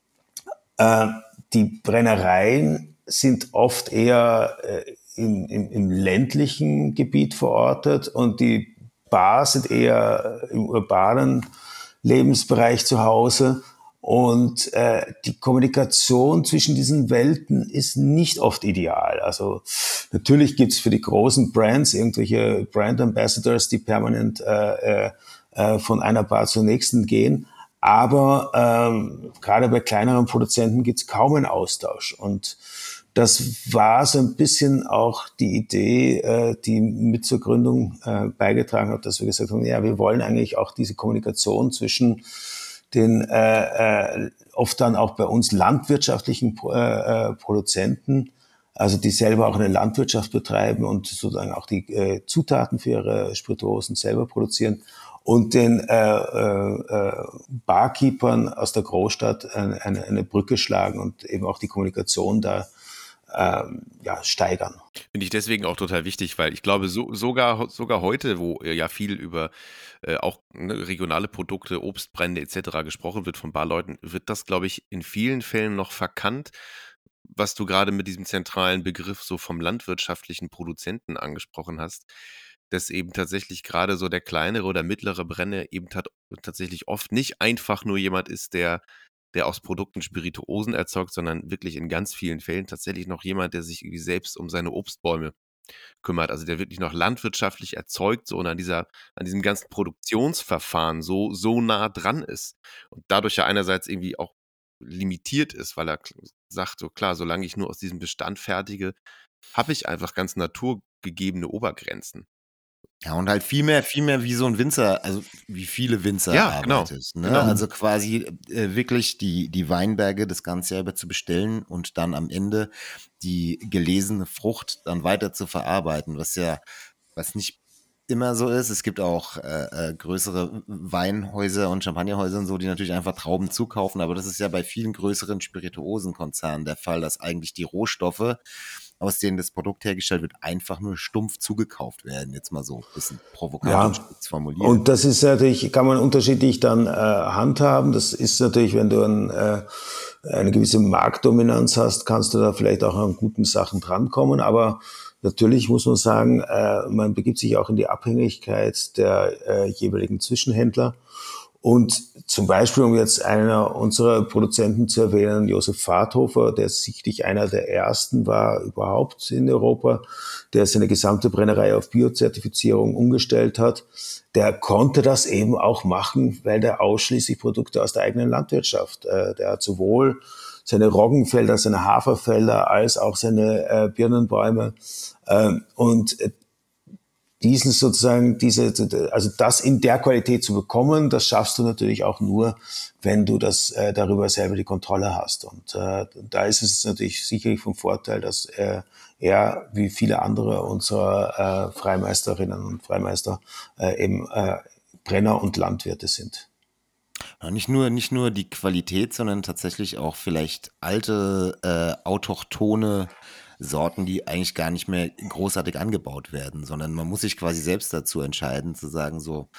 äh, die Brennereien sind oft eher äh, in, in, im ländlichen Gebiet verortet und die Bars sind eher im urbanen Lebensbereich zu Hause. Und äh, die Kommunikation zwischen diesen Welten ist nicht oft ideal. Also natürlich gibt's für die großen Brands irgendwelche Brand Ambassadors, die permanent äh, äh, von einer Bar zur nächsten gehen. Aber ähm, gerade bei kleineren Produzenten gibt's kaum einen Austausch. Und das war so ein bisschen auch die Idee, äh, die mit zur Gründung äh, beigetragen hat, dass wir gesagt haben, ja, wir wollen eigentlich auch diese Kommunikation zwischen den äh, äh, oft dann auch bei uns landwirtschaftlichen äh, Produzenten, also die selber auch eine Landwirtschaft betreiben und sozusagen auch die äh, Zutaten für ihre Spirituosen selber produzieren und den äh, äh, Barkeepern aus der Großstadt eine, eine, eine Brücke schlagen und eben auch die Kommunikation da ähm, ja, steigern. Finde ich deswegen auch total wichtig, weil ich glaube, so, sogar, sogar heute, wo ja viel über äh, auch ne, regionale Produkte, Obstbrände et cetera gesprochen wird von Barleuten, wird das, glaube ich, in vielen Fällen noch verkannt, was du gerade mit diesem zentralen Begriff so vom landwirtschaftlichen Produzenten angesprochen hast, dass eben tatsächlich gerade so der kleinere oder mittlere Brenner eben tat, tatsächlich oft nicht einfach nur jemand ist, der der aus Produkten Spirituosen erzeugt, sondern wirklich in ganz vielen Fällen tatsächlich noch jemand, der sich irgendwie selbst um seine Obstbäume kümmert, also der wirklich noch landwirtschaftlich erzeugt so und an dieser, an diesem ganzen Produktionsverfahren so, so nah dran ist und dadurch ja einerseits irgendwie auch limitiert ist, weil er sagt, so klar, solange ich nur aus diesem Bestand fertige, habe ich einfach ganz naturgegebene Obergrenzen. Ja, und halt viel mehr, viel mehr wie so ein Winzer, also wie viele Winzer Ja, genau, arbeitet. Ne? genau. Also quasi äh, wirklich die, die Weinberge das Ganze selber zu bestellen und dann am Ende die gelesene Frucht dann weiter zu verarbeiten, was ja, was nicht immer so ist. Es gibt auch äh, äh, größere Weinhäuser und Champagnerhäuser und so, die natürlich einfach Trauben zukaufen, aber das ist ja bei vielen größeren Spirituosenkonzernen der Fall, dass eigentlich die Rohstoffe, aus denen das Produkt hergestellt wird, einfach nur stumpf zugekauft werden. Jetzt mal so ein bisschen provokant Ja, formuliert. und das ist natürlich, kann man unterschiedlich dann äh, handhaben. Das ist natürlich, wenn du ein, äh, eine gewisse Marktdominanz hast, kannst du da vielleicht auch an guten Sachen drankommen. Aber natürlich muss man sagen, äh, man begibt sich auch in die Abhängigkeit der äh, jeweiligen Zwischenhändler. Und zum Beispiel, um jetzt einer unserer Produzenten zu erwähnen, Josef Fahrthofer, der sicherlich einer der ersten war überhaupt in Europa, der seine gesamte Brennerei auf Biozertifizierung umgestellt hat, der konnte das eben auch machen, weil der ausschließlich Produkte aus der eigenen Landwirtschaft, äh, der hat sowohl seine Roggenfelder, seine Haferfelder als auch seine äh, Birnenbäume äh, und äh, diesen sozusagen, diese, also das in der Qualität zu bekommen, das schaffst du natürlich auch nur, wenn du das äh, darüber selber die Kontrolle hast. Und äh, da ist es natürlich sicherlich vom Vorteil, dass äh, er wie viele andere unserer äh, Freimeisterinnen und Freimeister äh, eben äh, Brenner und Landwirte sind. Ja, nicht nur, nicht nur die Qualität, sondern tatsächlich auch vielleicht alte, äh, autochthone Sorten, die eigentlich gar nicht mehr großartig angebaut werden, sondern man muss sich quasi selbst dazu entscheiden, zu sagen so,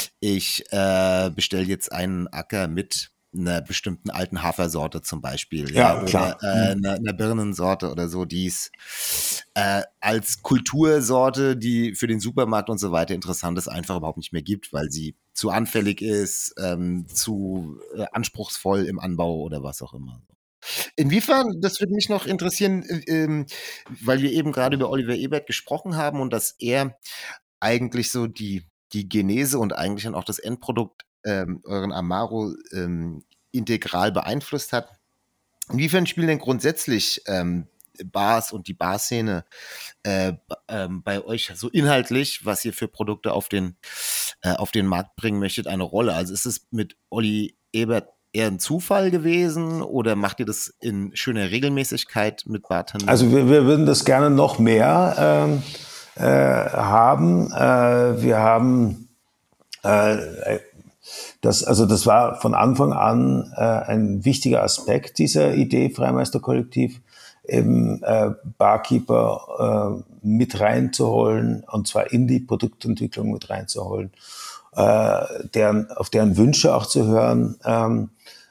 ich äh, bestelle jetzt einen Acker mit einer bestimmten alten Hafersorte zum Beispiel, Ja, ja, klar. oder äh, einer, einer Birnensorte oder so, die ist äh, als Kultursorte, die für den Supermarkt und so weiter interessant ist, einfach überhaupt nicht mehr gibt, weil sie zu anfällig ist, ähm, zu äh, anspruchsvoll im Anbau oder was auch immer. Inwiefern, das würde mich noch interessieren, äh, ähm, weil wir eben gerade über Oliver Ebert gesprochen haben und dass er eigentlich so die, die Genese und eigentlich dann auch das Endprodukt ähm, euren Amaro ähm, integral beeinflusst hat. Inwiefern spielen denn grundsätzlich ähm, Bars und die Barszene äh, b- ähm, bei euch so inhaltlich, was ihr für Produkte auf den, äh, auf den Markt bringen möchtet, eine Rolle? Also ist es mit Olli Ebert eher ein Zufall gewesen oder macht ihr das in schöner Regelmäßigkeit mit Bartendern? Also wir, wir würden das gerne noch mehr ähm, äh, haben. Äh, wir haben äh, das, also das war von Anfang an äh, ein wichtiger Aspekt dieser Idee Freimeister-Kollektiv, eben äh, Barkeeper äh, mit reinzuholen, und zwar in die Produktentwicklung mit reinzuholen, äh, deren, auf deren Wünsche auch zu hören. Ähm,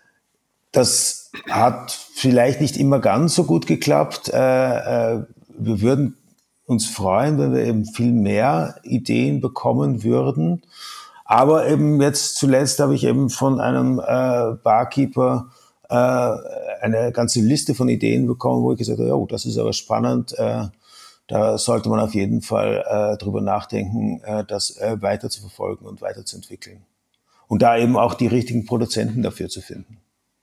das hat vielleicht nicht immer ganz so gut geklappt. Äh, äh, wir würden uns freuen, wenn wir eben viel mehr Ideen bekommen würden. Aber eben jetzt zuletzt habe ich eben von einem äh, Barkeeper äh, eine ganze Liste von Ideen bekommen, wo ich gesagt habe, oh, das ist aber spannend. Äh, da sollte man auf jeden Fall äh, drüber nachdenken, äh, das äh, weiter zu verfolgen und weiterzuentwickeln. Und da eben auch die richtigen Produzenten dafür zu finden.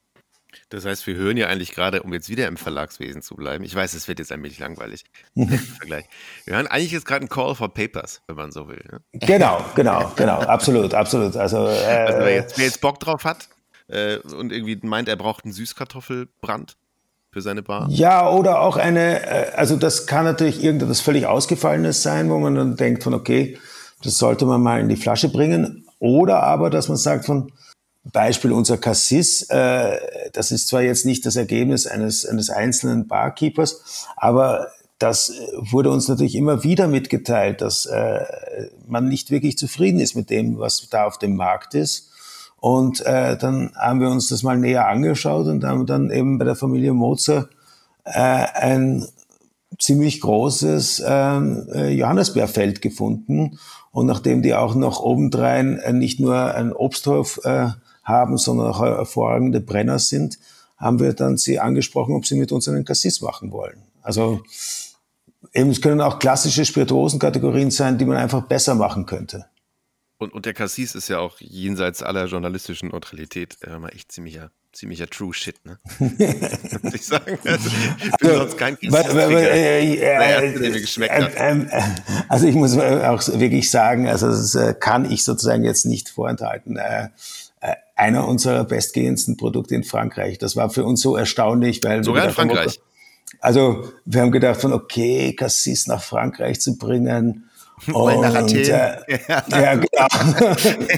Das heißt, wir hören ja eigentlich gerade, um jetzt wieder im Verlagswesen zu bleiben, ich weiß, es wird jetzt ein wenig langweilig, im Vergleich. Wir hören eigentlich jetzt gerade einen Call for Papers, wenn man so will. Ne? Genau, genau, genau, absolut, absolut. Also, äh, Also wer jetzt, wer jetzt Bock drauf hat äh, und irgendwie meint, er braucht einen Süßkartoffelbrand für seine Bar. Ja, oder auch eine, äh, also das kann natürlich irgendetwas völlig Ausgefallenes sein, wo man dann denkt von, okay, das sollte man mal in die Flasche bringen. Oder aber, dass man sagt von, Beispiel unser Cassis, äh, das ist zwar jetzt nicht das Ergebnis eines, eines einzelnen Barkeepers, aber das wurde uns natürlich immer wieder mitgeteilt, dass äh, man nicht wirklich zufrieden ist mit dem, was da auf dem Markt ist. Und äh, dann haben wir uns das mal näher angeschaut und haben dann eben bei der Familie Mozer äh, ein ziemlich großes äh, Johannisbeerfeld gefunden. Und nachdem die auch noch obendrein äh, nicht nur einen Obsthof äh, haben, sondern auch hervorragende Brenner sind, haben wir dann sie angesprochen, ob sie mit uns einen Cassis machen wollen. Also eben, es können auch klassische Spirituosenkategorien sein, die man einfach besser machen könnte. Und, und der Cassis ist ja auch jenseits aller journalistischen Neutralität äh, mal echt ziemlicher, ziemlicher True Shit, ne? Würde ich sagen. Also, ich bin Also, sonst kein weil- weil- weil, äh, äh, der erste, der mir geschmeckt hat. ähm, ähm, Also ich muss auch wirklich sagen, also das äh, kann ich sozusagen jetzt nicht vorenthalten. Äh, äh, einer unserer bestgehendsten Produkte in Frankreich. Das war für uns so erstaunlich, weil wir Sogar in gedacht haben, Frankreich. also wir haben gedacht von, okay, Cassis nach Frankreich zu bringen. Weil nach Athen. Äh, ja, genau.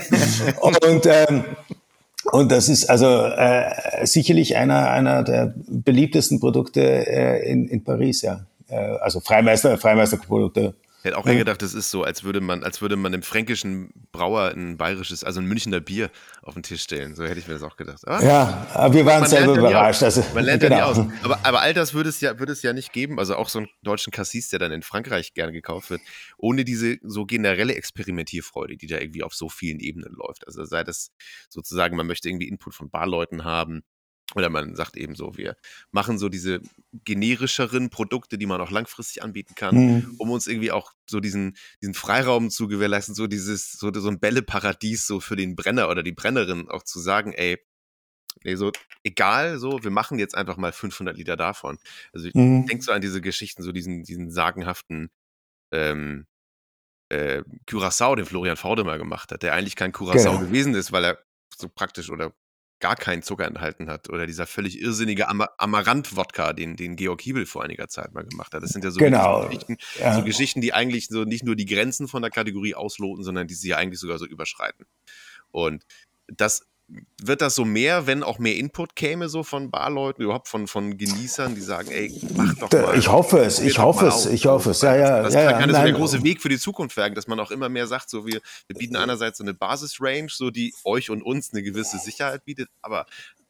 und, ähm, und das ist also äh, sicherlich einer, einer der beliebtesten Produkte äh, in, in Paris, ja. Äh, also Freimeister, Freimeisterprodukte. Ich hätte auch eher gedacht, das ist so, als würde man, als würde man dem fränkischen Brauer ein bayerisches, also ein Münchner Bier auf den Tisch stellen. So hätte ich mir das auch gedacht. Aber Ja, aber wir waren man selber lernt ja nie überrascht. aus. Also, Man lernt ja nie genau. aus. Aber, aber all das würde es ja, würde es ja nicht geben. Also auch so einen deutschen Cassis, der dann in Frankreich gerne gekauft wird, ohne diese so generelle Experimentierfreude, die da irgendwie auf so vielen Ebenen läuft. Also sei das sozusagen, man möchte irgendwie Input von Barleuten haben. Oder man sagt eben so, wir machen so diese generischeren Produkte, die man auch langfristig anbieten kann, Mhm. um uns irgendwie auch so diesen, diesen Freiraum zu gewährleisten, so dieses, so, so ein Bälleparadies so für den Brenner oder die Brennerin auch zu sagen, ey, nee, so egal, so, wir machen jetzt einfach mal fünfhundert Liter davon. Also ich Mhm. denke so an diese Geschichten, so diesen, diesen sagenhaften ähm, äh, Curaçao, den Florian Faude mal gemacht hat, der eigentlich kein Curaçao Genau. gewesen ist, weil er so praktisch oder gar keinen Zucker enthalten hat. Oder dieser völlig irrsinnige Ama- Amaranth-Wodka, den, den Georg Hiebel vor einiger Zeit mal gemacht hat. Das sind ja so Genau. wirklich Geschichten, Ja. so Geschichten, die eigentlich so nicht nur die Grenzen von der Kategorie ausloten, sondern die sie ja eigentlich sogar so überschreiten. Und das wird das so mehr, wenn auch mehr Input käme, so von Barleuten, überhaupt von, von Genießern, die sagen, ey, mach doch Da- mal. ich hoffe es, probier ich doch hoffe mal es, aus, ich so. hoffe es, ja, ja, Das ja, ja, kann das so der nein. große Weg für die Zukunft werden, dass man auch immer mehr sagt, so wir, wir bieten einerseits so eine Basis-Range, so die euch und uns eine gewisse Sicherheit bietet, aber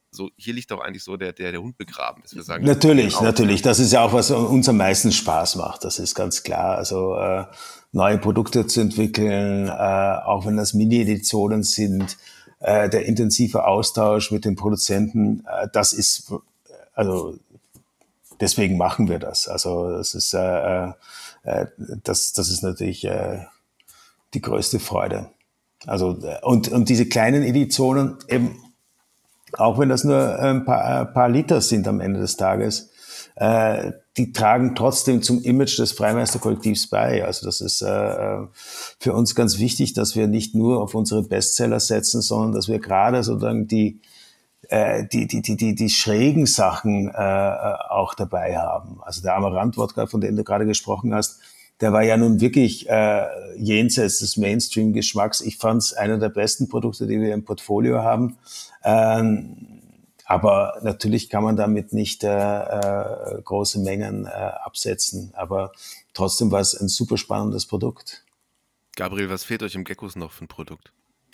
so, hier liegt doch eigentlich so der, der, der Hund begraben, dass wir sagen. Natürlich, genau. natürlich. Das ist ja auch, was uns am meisten Spaß macht. Das ist ganz klar. Also äh, neue Produkte zu entwickeln, äh, auch wenn das Mini-Editionen sind, äh, der intensive Austausch mit den Produzenten, äh, das ist, also deswegen machen wir das. Also das ist, äh, äh, das, das ist natürlich äh, die größte Freude. Also und und diese kleinen Editionen eben, auch wenn das nur ein paar, ein paar Liter sind am Ende des Tages, äh, die tragen trotzdem zum Image des Freimeister-Kollektivs bei. Also das ist äh, für uns ganz wichtig, dass wir nicht nur auf unsere Bestseller setzen, sondern dass wir gerade sozusagen die äh, die die die die die schrägen Sachen äh, auch dabei haben. Also der Amaranth-Wodka, von dem du gerade gesprochen hast, der war ja nun wirklich äh, jenseits des Mainstream-Geschmacks. Ich fand es einer der besten Produkte, die wir im Portfolio haben. Ähm, aber natürlich kann man damit nicht äh, äh, große Mengen äh, absetzen. Aber trotzdem war es ein super spannendes Produkt. Gabriel, was fehlt euch im Geckos noch für ein Produkt?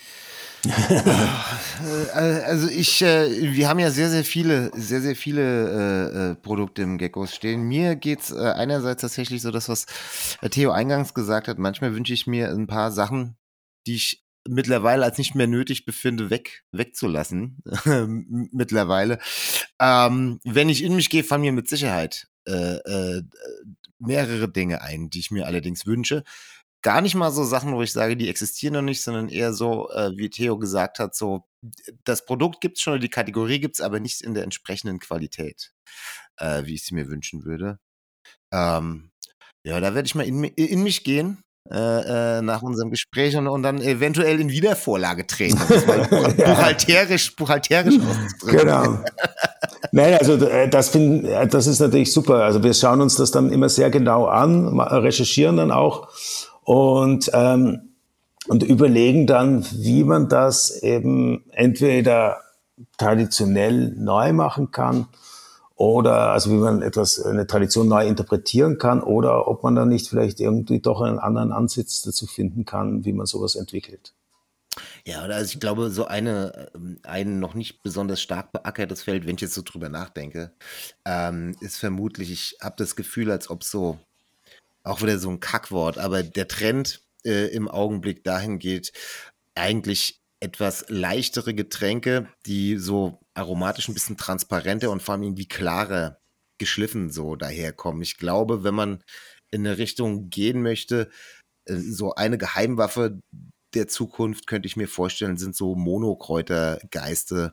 Also ich, äh, wir haben ja sehr, sehr viele, sehr, sehr viele äh, Produkte im Geckos stehen. Mir geht's äh, einerseits tatsächlich so, das, was Theo eingangs gesagt hat. Manchmal wünsche ich mir ein paar Sachen, die ich mittlerweile als nicht mehr nötig befinde, weg, wegzulassen. mittlerweile. Ähm, wenn ich in mich gehe, fallen mir mit Sicherheit äh, äh, mehrere Dinge ein, die ich mir allerdings wünsche. Gar nicht mal so Sachen, wo ich sage, die existieren noch nicht, sondern eher so, äh, wie Theo gesagt hat, so, das Produkt gibt's schon, die Kategorie gibt's, aber nicht in der entsprechenden Qualität, äh, wie ich sie mir wünschen würde. Ähm, ja, da werde ich mal in, in mich gehen, äh, äh, nach unserem Gespräch und, und dann eventuell in Wiedervorlage treten, um das mal buch- buchhalterisch, buchhalterisch auszudrücken. Genau. Nein, also das, find, das ist natürlich super. Also wir schauen uns das dann immer sehr genau an, recherchieren dann auch und, ähm, und überlegen dann, wie man das eben entweder traditionell neu machen kann oder also wie man etwas, eine Tradition neu interpretieren kann oder ob man dann nicht vielleicht irgendwie doch einen anderen Ansatz dazu finden kann, wie man sowas entwickelt. Ja, oder also ich glaube, so eine, ähm, ein noch nicht besonders stark beackertes Feld, wenn ich jetzt so drüber nachdenke, ähm, ist vermutlich, ich habe das Gefühl, als ob so, auch wieder so ein Kackwort, aber der Trend äh, im Augenblick dahin geht, eigentlich etwas leichtere Getränke, die so aromatisch ein bisschen transparenter und vor allem irgendwie klarer geschliffen so daherkommen. Ich glaube, wenn man in eine Richtung gehen möchte, äh, so eine Geheimwaffe der Zukunft, könnte ich mir vorstellen, sind so Monokräutergeiste,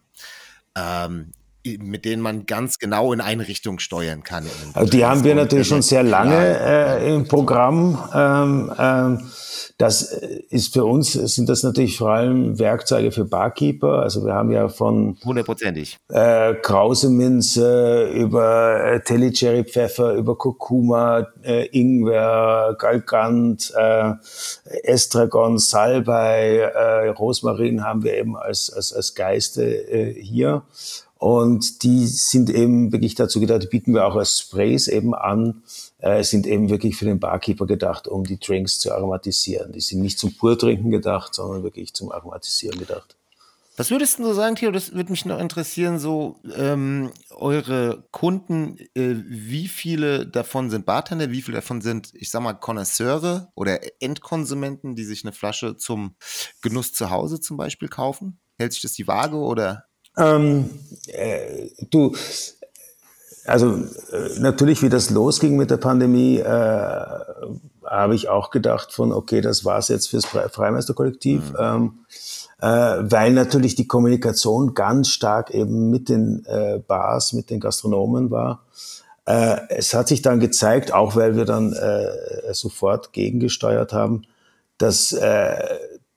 ähm, mit denen man ganz genau in eine Richtung steuern kann. Also die haben wir natürlich schon sehr lange äh, im Programm. Ähm, ähm, das ist für uns, sind das natürlich vor allem Werkzeuge für Barkeeper. Also wir haben ja von hundertprozentig äh, Krause-Minze über äh, Telly-Cherry-Pfeffer, über Kurkuma, äh, Ingwer, Galgant, äh, Estragon, Salbei, äh, Rosmarin haben wir eben als, als, als Geiste äh, hier. Und die sind eben wirklich dazu gedacht, die bieten wir auch als Sprays eben an, äh, sind eben wirklich für den Barkeeper gedacht, um die Drinks zu aromatisieren. Die sind nicht zum Purtrinken gedacht, sondern wirklich zum Aromatisieren gedacht. Was würdest du so sagen, Theo, das würde mich noch interessieren, so ähm, eure Kunden, äh, wie viele davon sind Bartender, wie viele davon sind, ich sag mal, Connoisseure oder Endkonsumenten, die sich eine Flasche zum Genuss zu Hause zum Beispiel kaufen? Hält sich das die Waage oder? Ähm, äh, du, also äh, natürlich, wie das losging mit der Pandemie, äh, habe ich auch gedacht von, okay, das war's jetzt fürs Freimeister-Kollektiv, mhm. ähm, äh, weil natürlich die Kommunikation ganz stark eben mit den äh, Bars, mit den Gastronomen war. Äh, es hat sich dann gezeigt, auch weil wir dann äh, sofort gegengesteuert haben, dass äh,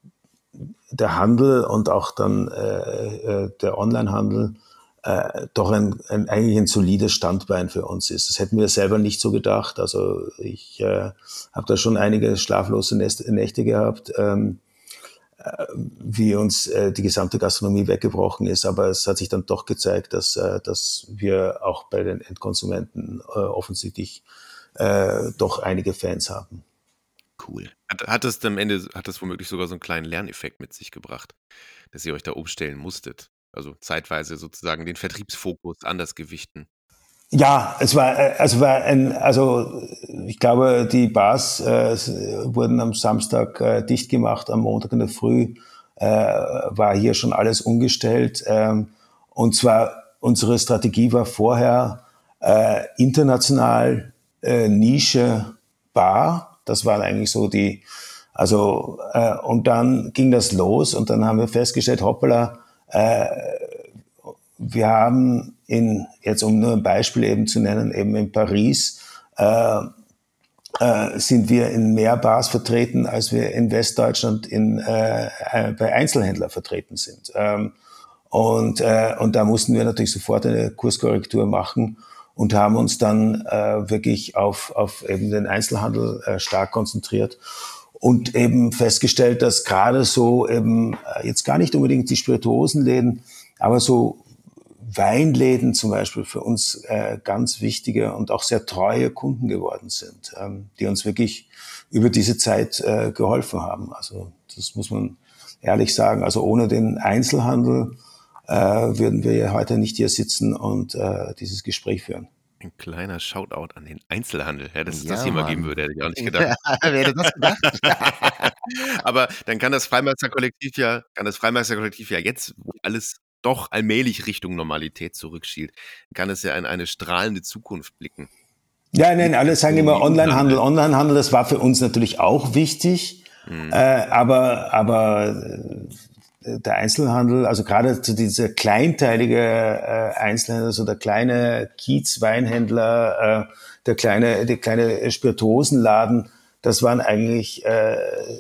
der Handel und auch dann äh, der Onlinehandel äh, doch ein, ein eigentlich ein solides Standbein für uns ist. Das hätten wir selber nicht so gedacht. Also ich äh, habe da schon einige schlaflose Nächte gehabt, ähm, äh, wie uns äh, die gesamte Gastronomie weggebrochen ist. Aber es hat sich dann doch gezeigt, dass, äh, dass wir auch bei den Endkonsumenten äh, offensichtlich äh, doch einige Fans haben. Cool. Hat, hat es am Ende, hat das womöglich sogar so einen kleinen Lerneffekt mit sich gebracht, dass ihr euch da umstellen musstet? Also zeitweise sozusagen den Vertriebsfokus anders gewichten. Ja, es war, also war ein, also ich glaube, die Bars äh, wurden am Samstag äh, dicht gemacht, am Montag in der Früh äh, war hier schon alles umgestellt. Ähm, und zwar unsere Strategie war vorher äh, international äh, Nische Bar. Das waren eigentlich so die, also äh, und dann ging das los und dann haben wir festgestellt, hoppala, äh, wir haben in, jetzt um nur ein Beispiel eben zu nennen, eben in Paris äh, äh, sind wir in mehr Bars vertreten, als wir in Westdeutschland in, äh, bei Einzelhändlern vertreten sind. Ähm, und, äh, und da mussten wir natürlich sofort eine Kurskorrektur machen und haben uns dann äh, wirklich auf, auf eben den Einzelhandel äh, stark konzentriert. Und eben festgestellt, dass gerade so eben, äh, jetzt gar nicht unbedingt die Spirituosenläden, aber so Weinläden zum Beispiel für uns äh, ganz wichtige und auch sehr treue Kunden geworden sind, ähm, die uns wirklich über diese Zeit äh, geholfen haben. Also das muss man ehrlich sagen. Also ohne den Einzelhandel äh, würden wir ja heute nicht hier sitzen und äh, dieses Gespräch führen. Ein kleiner Shoutout an den Einzelhandel. Ja, dass es Ja, das hier mal Mann. geben würde, hätte ich auch nicht gedacht. Wer hätte das gedacht? Aber dann kann das Freimeisterkollektiv ja, kann das Freimeisterkollektiv ja jetzt, wo alles doch allmählich Richtung Normalität zurückschielt, kann es ja in eine strahlende Zukunft blicken. Ja, nein, alle sagen immer Onlinehandel. Onlinehandel, das war für uns natürlich auch wichtig, mhm. äh, aber aber äh, der Einzelhandel, also gerade zu dieser kleinteilige äh, Einzelhändler, so der kleine Kiez-Weinhändler, äh, der kleine der kleine Spirituosenladen, das waren eigentlich äh,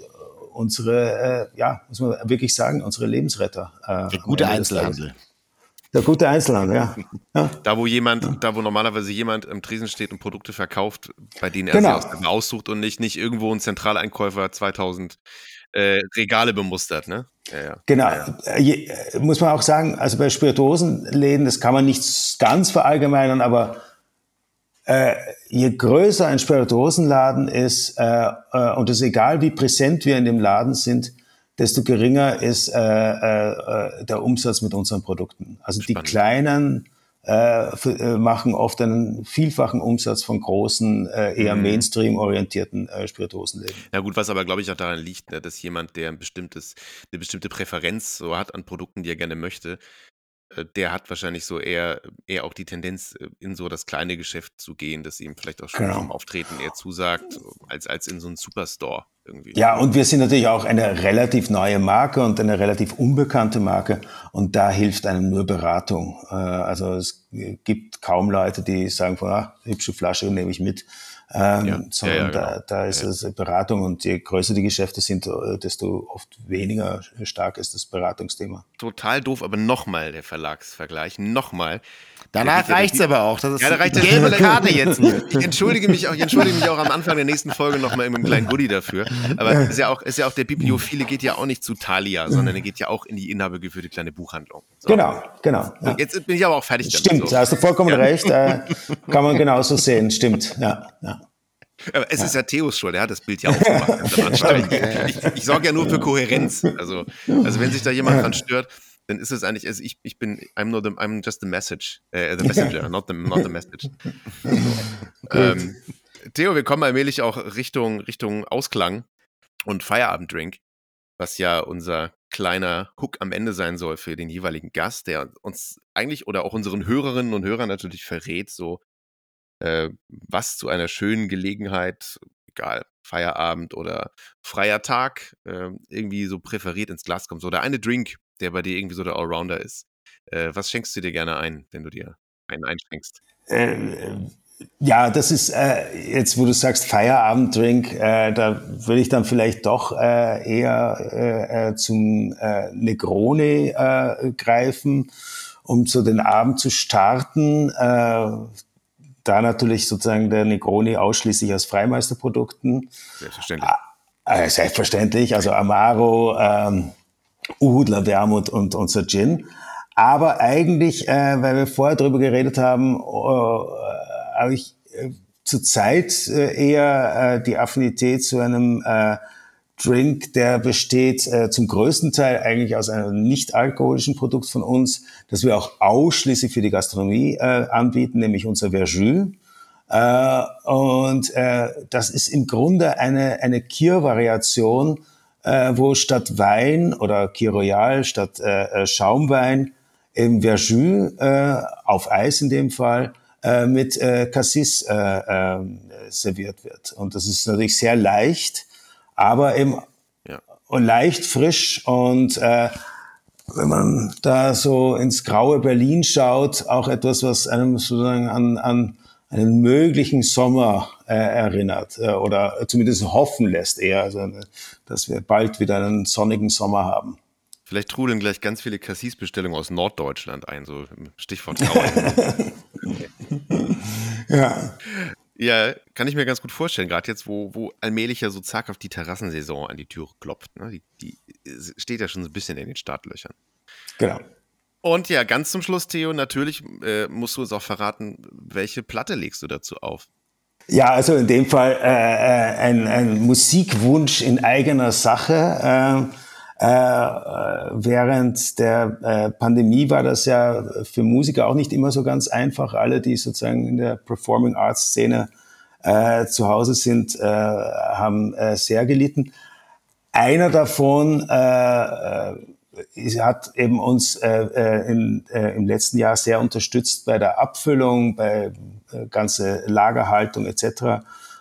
unsere, äh, ja, muss man wirklich sagen, unsere Lebensretter. Äh, Der gute Einzelhandel. Der gute Einzelhandel, ja. ja. Da, wo jemand, ja. da, wo normalerweise jemand am Tresen steht und Produkte verkauft, bei denen er genau. sie aus, aussucht und nicht, nicht irgendwo ein Zentraleinkäufer zweitausend äh, Regale bemustert, ne? Ja, ja. Genau. Ja, ja. Je, muss man auch sagen, also bei Spirituosenläden, das kann man nicht ganz verallgemeinern, aber Äh, je größer ein Spirituosenladen ist, äh, äh, und es ist egal, wie präsent wir in dem Laden sind, desto geringer ist äh, äh, der Umsatz mit unseren Produkten. Also Spannend. Die kleinen äh, für, machen oft einen vielfachen Umsatz von großen, äh, eher mhm. Mainstream-orientierten äh, Spirituosenläden. Ja gut, was aber, glaube ich, auch daran liegt, ne, dass jemand, der ein bestimmtes, eine bestimmte Präferenz so hat an Produkten, die er gerne möchte, der hat wahrscheinlich so eher, eher auch die Tendenz, in so das kleine Geschäft zu gehen, das ihm vielleicht auch schon genau. vom Auftreten eher zusagt, als, als in so einen Superstore irgendwie. Ja, und wir sind natürlich auch eine relativ neue Marke und eine relativ unbekannte Marke und da hilft einem nur Beratung. Also es gibt kaum Leute, die sagen, von, ah, hübsche Flasche nehme ich mit. Ähm, ja, sondern ja, ja, genau. da, da ist ja, es Beratung und je größer die Geschäfte sind, desto oft weniger stark ist das Beratungsthema. Total doof, aber nochmal der Verlagsvergleich, nochmal. Danach reicht's aber auch. Das ist ja, da reicht die gelbe Karte jetzt. Ich entschuldige mich auch, ich entschuldige mich auch am Anfang der nächsten Folge nochmal mit einem kleinen Goodie dafür. Aber es ist ja auch, ist ja auch der Bibliophile geht ja auch nicht zu Thalia, sondern er geht ja auch in die inhabergeführte kleine Buchhandlung. So. Genau, genau. Ja. Jetzt bin ich aber auch fertig damit. Stimmt, so. da hast du vollkommen ja. recht. Äh, kann man genauso sehen. Stimmt, ja, ja. Aber es ja. ist ja Theos Schuld, er hat das Bild ja aufgemacht. ich, ich, ich sorge ja nur für Kohärenz. Also, also wenn sich da jemand dran stört, dann ist es eigentlich, also ich, ich bin, I'm, not the, I'm just the message, äh, the messenger, not the, not the message. ähm, Theo, wir kommen allmählich auch Richtung, Richtung Ausklang und Feierabenddrink, was ja unser kleiner Hook am Ende sein soll für den jeweiligen Gast, der uns eigentlich oder auch unseren Hörerinnen und Hörern natürlich verrät, so äh, was zu einer schönen Gelegenheit, egal, Feierabend oder freier Tag, äh, irgendwie so präferiert ins Glas kommt. So der eine Drink, der bei dir irgendwie so der Allrounder ist. Äh, was schenkst du dir gerne ein, wenn du dir einen einschenkst? Äh, ja, das ist äh, jetzt, wo du sagst Feierabenddrink, äh, da würde ich dann vielleicht doch äh, eher äh, zum äh, Negroni äh, greifen, um so den Abend zu starten. Äh, da natürlich sozusagen der Negroni ausschließlich aus Freimeisterprodukten. Selbstverständlich. Äh, selbstverständlich, also Amaro, ähm, Uhudler Wermut und unser Gin. Aber eigentlich, äh, weil wir vorher drüber geredet haben, äh, habe ich äh, zurzeit äh, eher äh, die Affinität zu einem äh, Drink, der besteht äh, zum größten Teil eigentlich aus einem nicht alkoholischen Produkt von uns, das wir auch ausschließlich für die Gastronomie äh, anbieten, nämlich unser Verjus. Äh, und äh, das ist im Grunde eine, eine Kir-Variation, äh, wo statt Wein oder Kir Royal, statt äh, Schaumwein eben Verjus äh, auf Eis in dem Fall äh, mit äh, Cassis äh, äh, serviert wird. Und das ist natürlich sehr leicht, aber eben Ja. und leicht frisch und äh, wenn man da so ins graue Berlin schaut, auch etwas, was einem sozusagen an, an einen möglichen Sommer äh, erinnert äh, oder zumindest hoffen lässt eher, also, dass wir bald wieder einen sonnigen Sommer haben. Vielleicht trudeln gleich ganz viele Cassis-Bestellungen aus Norddeutschland ein, so Stichwort Grau. Ja. Ja, kann ich mir ganz gut vorstellen, gerade jetzt, wo, wo allmählich ja so zaghaft die Terrassensaison an die Tür klopft. Ne? Die, die steht ja schon so ein bisschen in den Startlöchern. Genau. Und ja, ganz zum Schluss, Theo, natürlich äh, musst du uns auch verraten, welche Platte legst du dazu auf? Ja, also in dem Fall äh, ein, ein Musikwunsch in eigener Sache. Äh, äh, während der äh, Pandemie war das ja für Musiker auch nicht immer so ganz einfach. Alle, die sozusagen in der Performing Arts Szene äh, zu Hause sind, äh, haben äh, sehr gelitten. Einer davon äh, äh, hat eben uns äh, in, äh, im letzten Jahr sehr unterstützt bei der Abfüllung, bei äh, ganze Lagerhaltung et cetera.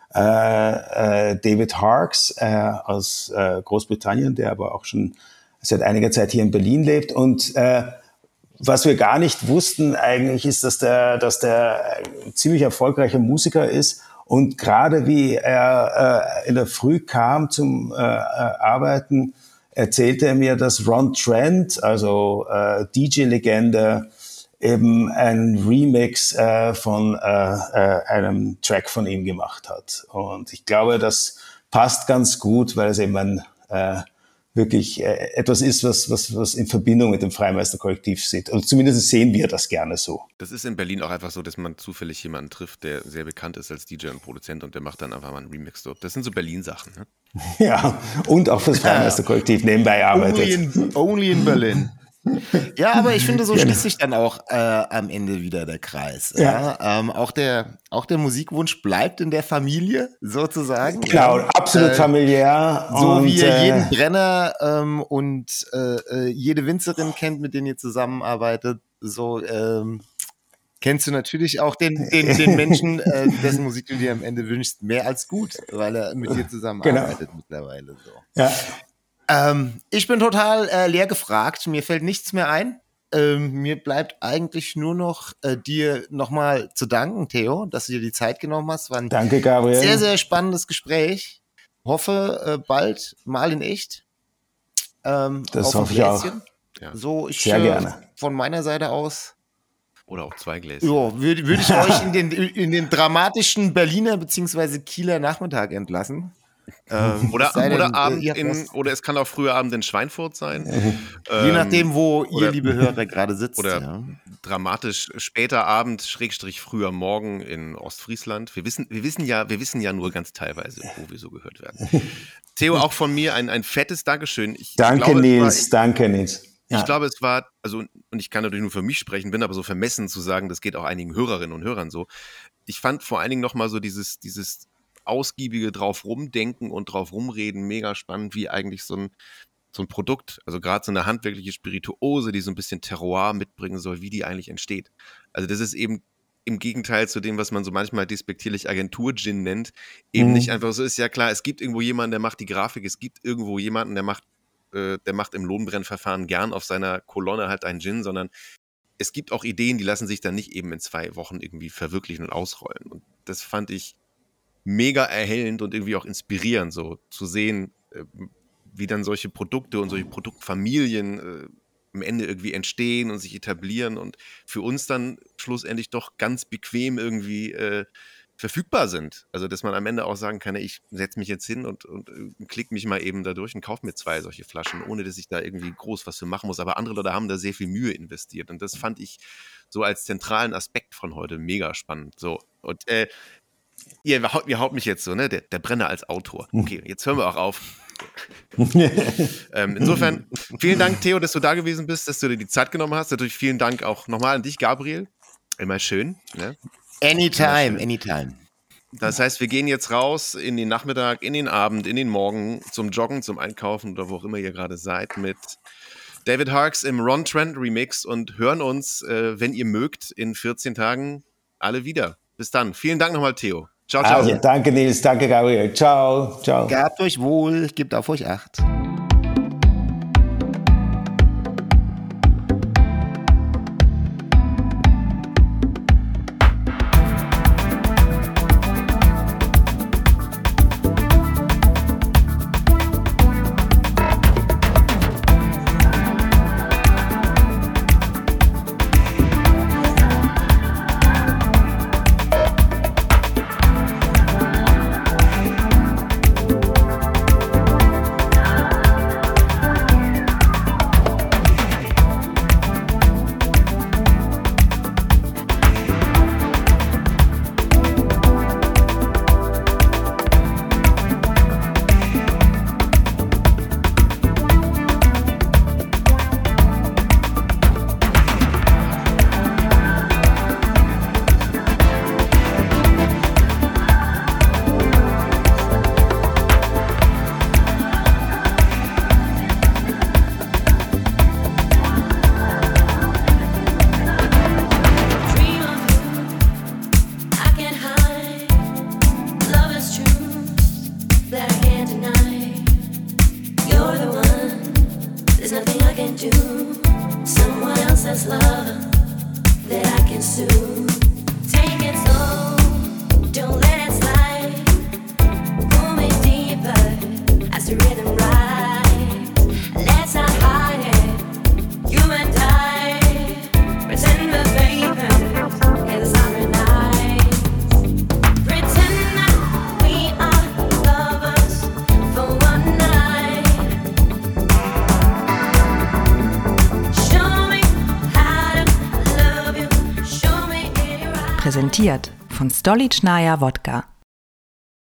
Äh, äh, David Harks äh, aus äh, Großbritannien, der aber auch schon seit einiger Zeit hier in Berlin lebt. Und äh, was wir gar nicht wussten eigentlich ist, dass der, dass der ein ziemlich erfolgreicher Musiker ist. Und gerade wie er äh, in der Früh kam zum äh, Arbeiten, erzählte er mir, dass Ron Trent, also äh, D J-Legende, eben ein Remix äh, von äh, äh, einem Track von ihm gemacht hat. Und ich glaube, das passt ganz gut, weil es eben ein, äh, wirklich äh, etwas ist, was, was, was in Verbindung mit dem Freimeister-Kollektiv steht. Und zumindest sehen wir das gerne so. Das ist in Berlin auch einfach so, dass man zufällig jemanden trifft, der sehr bekannt ist als D J und Produzent und der macht dann einfach mal einen Remix dort. Das sind so Berlin-Sachen, ne? Ja, und auch fürs Freimeister-Kollektiv nebenbei arbeitet. Only in, only in Berlin. Ja, aber ich finde, so schließt sich dann auch äh, am Ende wieder der Kreis. Ja. Ja? Ähm, auch, der, auch der Musikwunsch bleibt in der Familie, sozusagen. Genau, ja. absolut äh, familiär. So und, wie ihr äh, jeden Brenner ähm, und äh, jede Winzerin kennt, mit denen ihr zusammenarbeitet, so ähm, kennst du natürlich auch den, den, den Menschen, äh, dessen Musik du dir am Ende wünschst, mehr als gut, weil er mit dir zusammenarbeitet genau. mittlerweile. So. Ja. Ähm, ich bin total äh, leer gefragt. Mir fällt nichts mehr ein. Ähm, mir bleibt eigentlich nur noch äh, dir nochmal zu danken, Theo, dass du dir die Zeit genommen hast. War ein Danke, Gabriel. sehr, sehr spannendes Gespräch. Hoffe äh, bald mal in echt. Ähm, das hoffe ich auch. Ja. So, ich sehr äh, gerne. Von meiner Seite aus. Oder auch zwei Gläser. Ja, würde würd ich euch in den, in den dramatischen Berliner bzw. Kieler Nachmittag entlassen. Ähm, oder, denn, oder, Abend äh, in, oder es kann auch früher Abend in Schweinfurt sein. Je ähm, nachdem, wo oder, ihr, liebe Hörer, gerade sitzt. Oder ja. dramatisch später Abend, Schrägstrich früher Morgen in Ostfriesland. Wir wissen, wir wissen ja, wir wissen ja nur ganz teilweise, wo wir so gehört werden. Theo, auch von mir ein, ein fettes Dankeschön. Ich danke, glaube, Nils. War, danke, Nils. Ja. Ich Ja. glaube, es war, also, und ich kann natürlich nur für mich sprechen, bin aber so vermessen zu sagen, das geht auch einigen Hörerinnen und Hörern so. Ich fand vor allen Dingen nochmal so dieses, dieses ausgiebige drauf rumdenken und drauf rumreden, mega spannend, wie eigentlich so ein, so ein Produkt, also gerade so eine handwerkliche Spirituose, die so ein bisschen Terroir mitbringen soll, wie die eigentlich entsteht. Also das ist eben im Gegenteil zu dem, was man so manchmal despektierlich Agentur-Gin nennt, eben mhm. nicht einfach so ist, ja klar, es gibt irgendwo jemanden, der macht die Grafik, es gibt irgendwo jemanden, der macht, äh, der macht im Lohnbrennverfahren gern auf seiner Kolonne halt einen Gin, sondern es gibt auch Ideen, die lassen sich dann nicht eben in zwei Wochen irgendwie verwirklichen und ausrollen. Und das fand ich mega erhellend und irgendwie auch inspirierend, so zu sehen, äh, wie dann solche Produkte und solche Produktfamilien äh, am Ende irgendwie entstehen und sich etablieren und für uns dann schlussendlich doch ganz bequem irgendwie äh, verfügbar sind. Also, dass man am Ende auch sagen kann, ich setze mich jetzt hin und, und, und klicke mich mal eben da durch und kaufe mir zwei solche Flaschen, ohne dass ich da irgendwie groß was für machen muss. Aber andere Leute haben da sehr viel Mühe investiert und das fand ich so als zentralen Aspekt von heute mega spannend. So, und äh, ihr, ihr haut mich jetzt so, ne? Der, der Brenner als Autor. Okay, jetzt hören wir auch auf. ähm, insofern, vielen Dank, Theo, dass du da gewesen bist, dass du dir die Zeit genommen hast. Natürlich vielen Dank auch nochmal an dich, Gabriel. Immer schön. Ne? Anytime, Immer schön. anytime. Das heißt, wir gehen jetzt raus in den Nachmittag, in den Abend, in den Morgen zum Joggen, zum Einkaufen oder wo auch immer ihr gerade seid mit David Harks im Ron Trent Remix und hören uns, äh, wenn ihr mögt, in vierzehn Tagen alle wieder. Bis dann. Vielen Dank nochmal, Theo. Ciao, ciao. Also, danke Nils, danke Gabriel. Ciao, ciao. Gehabt euch wohl, gebt auf euch Acht. Präsentiert von Stolichnaya Wodka.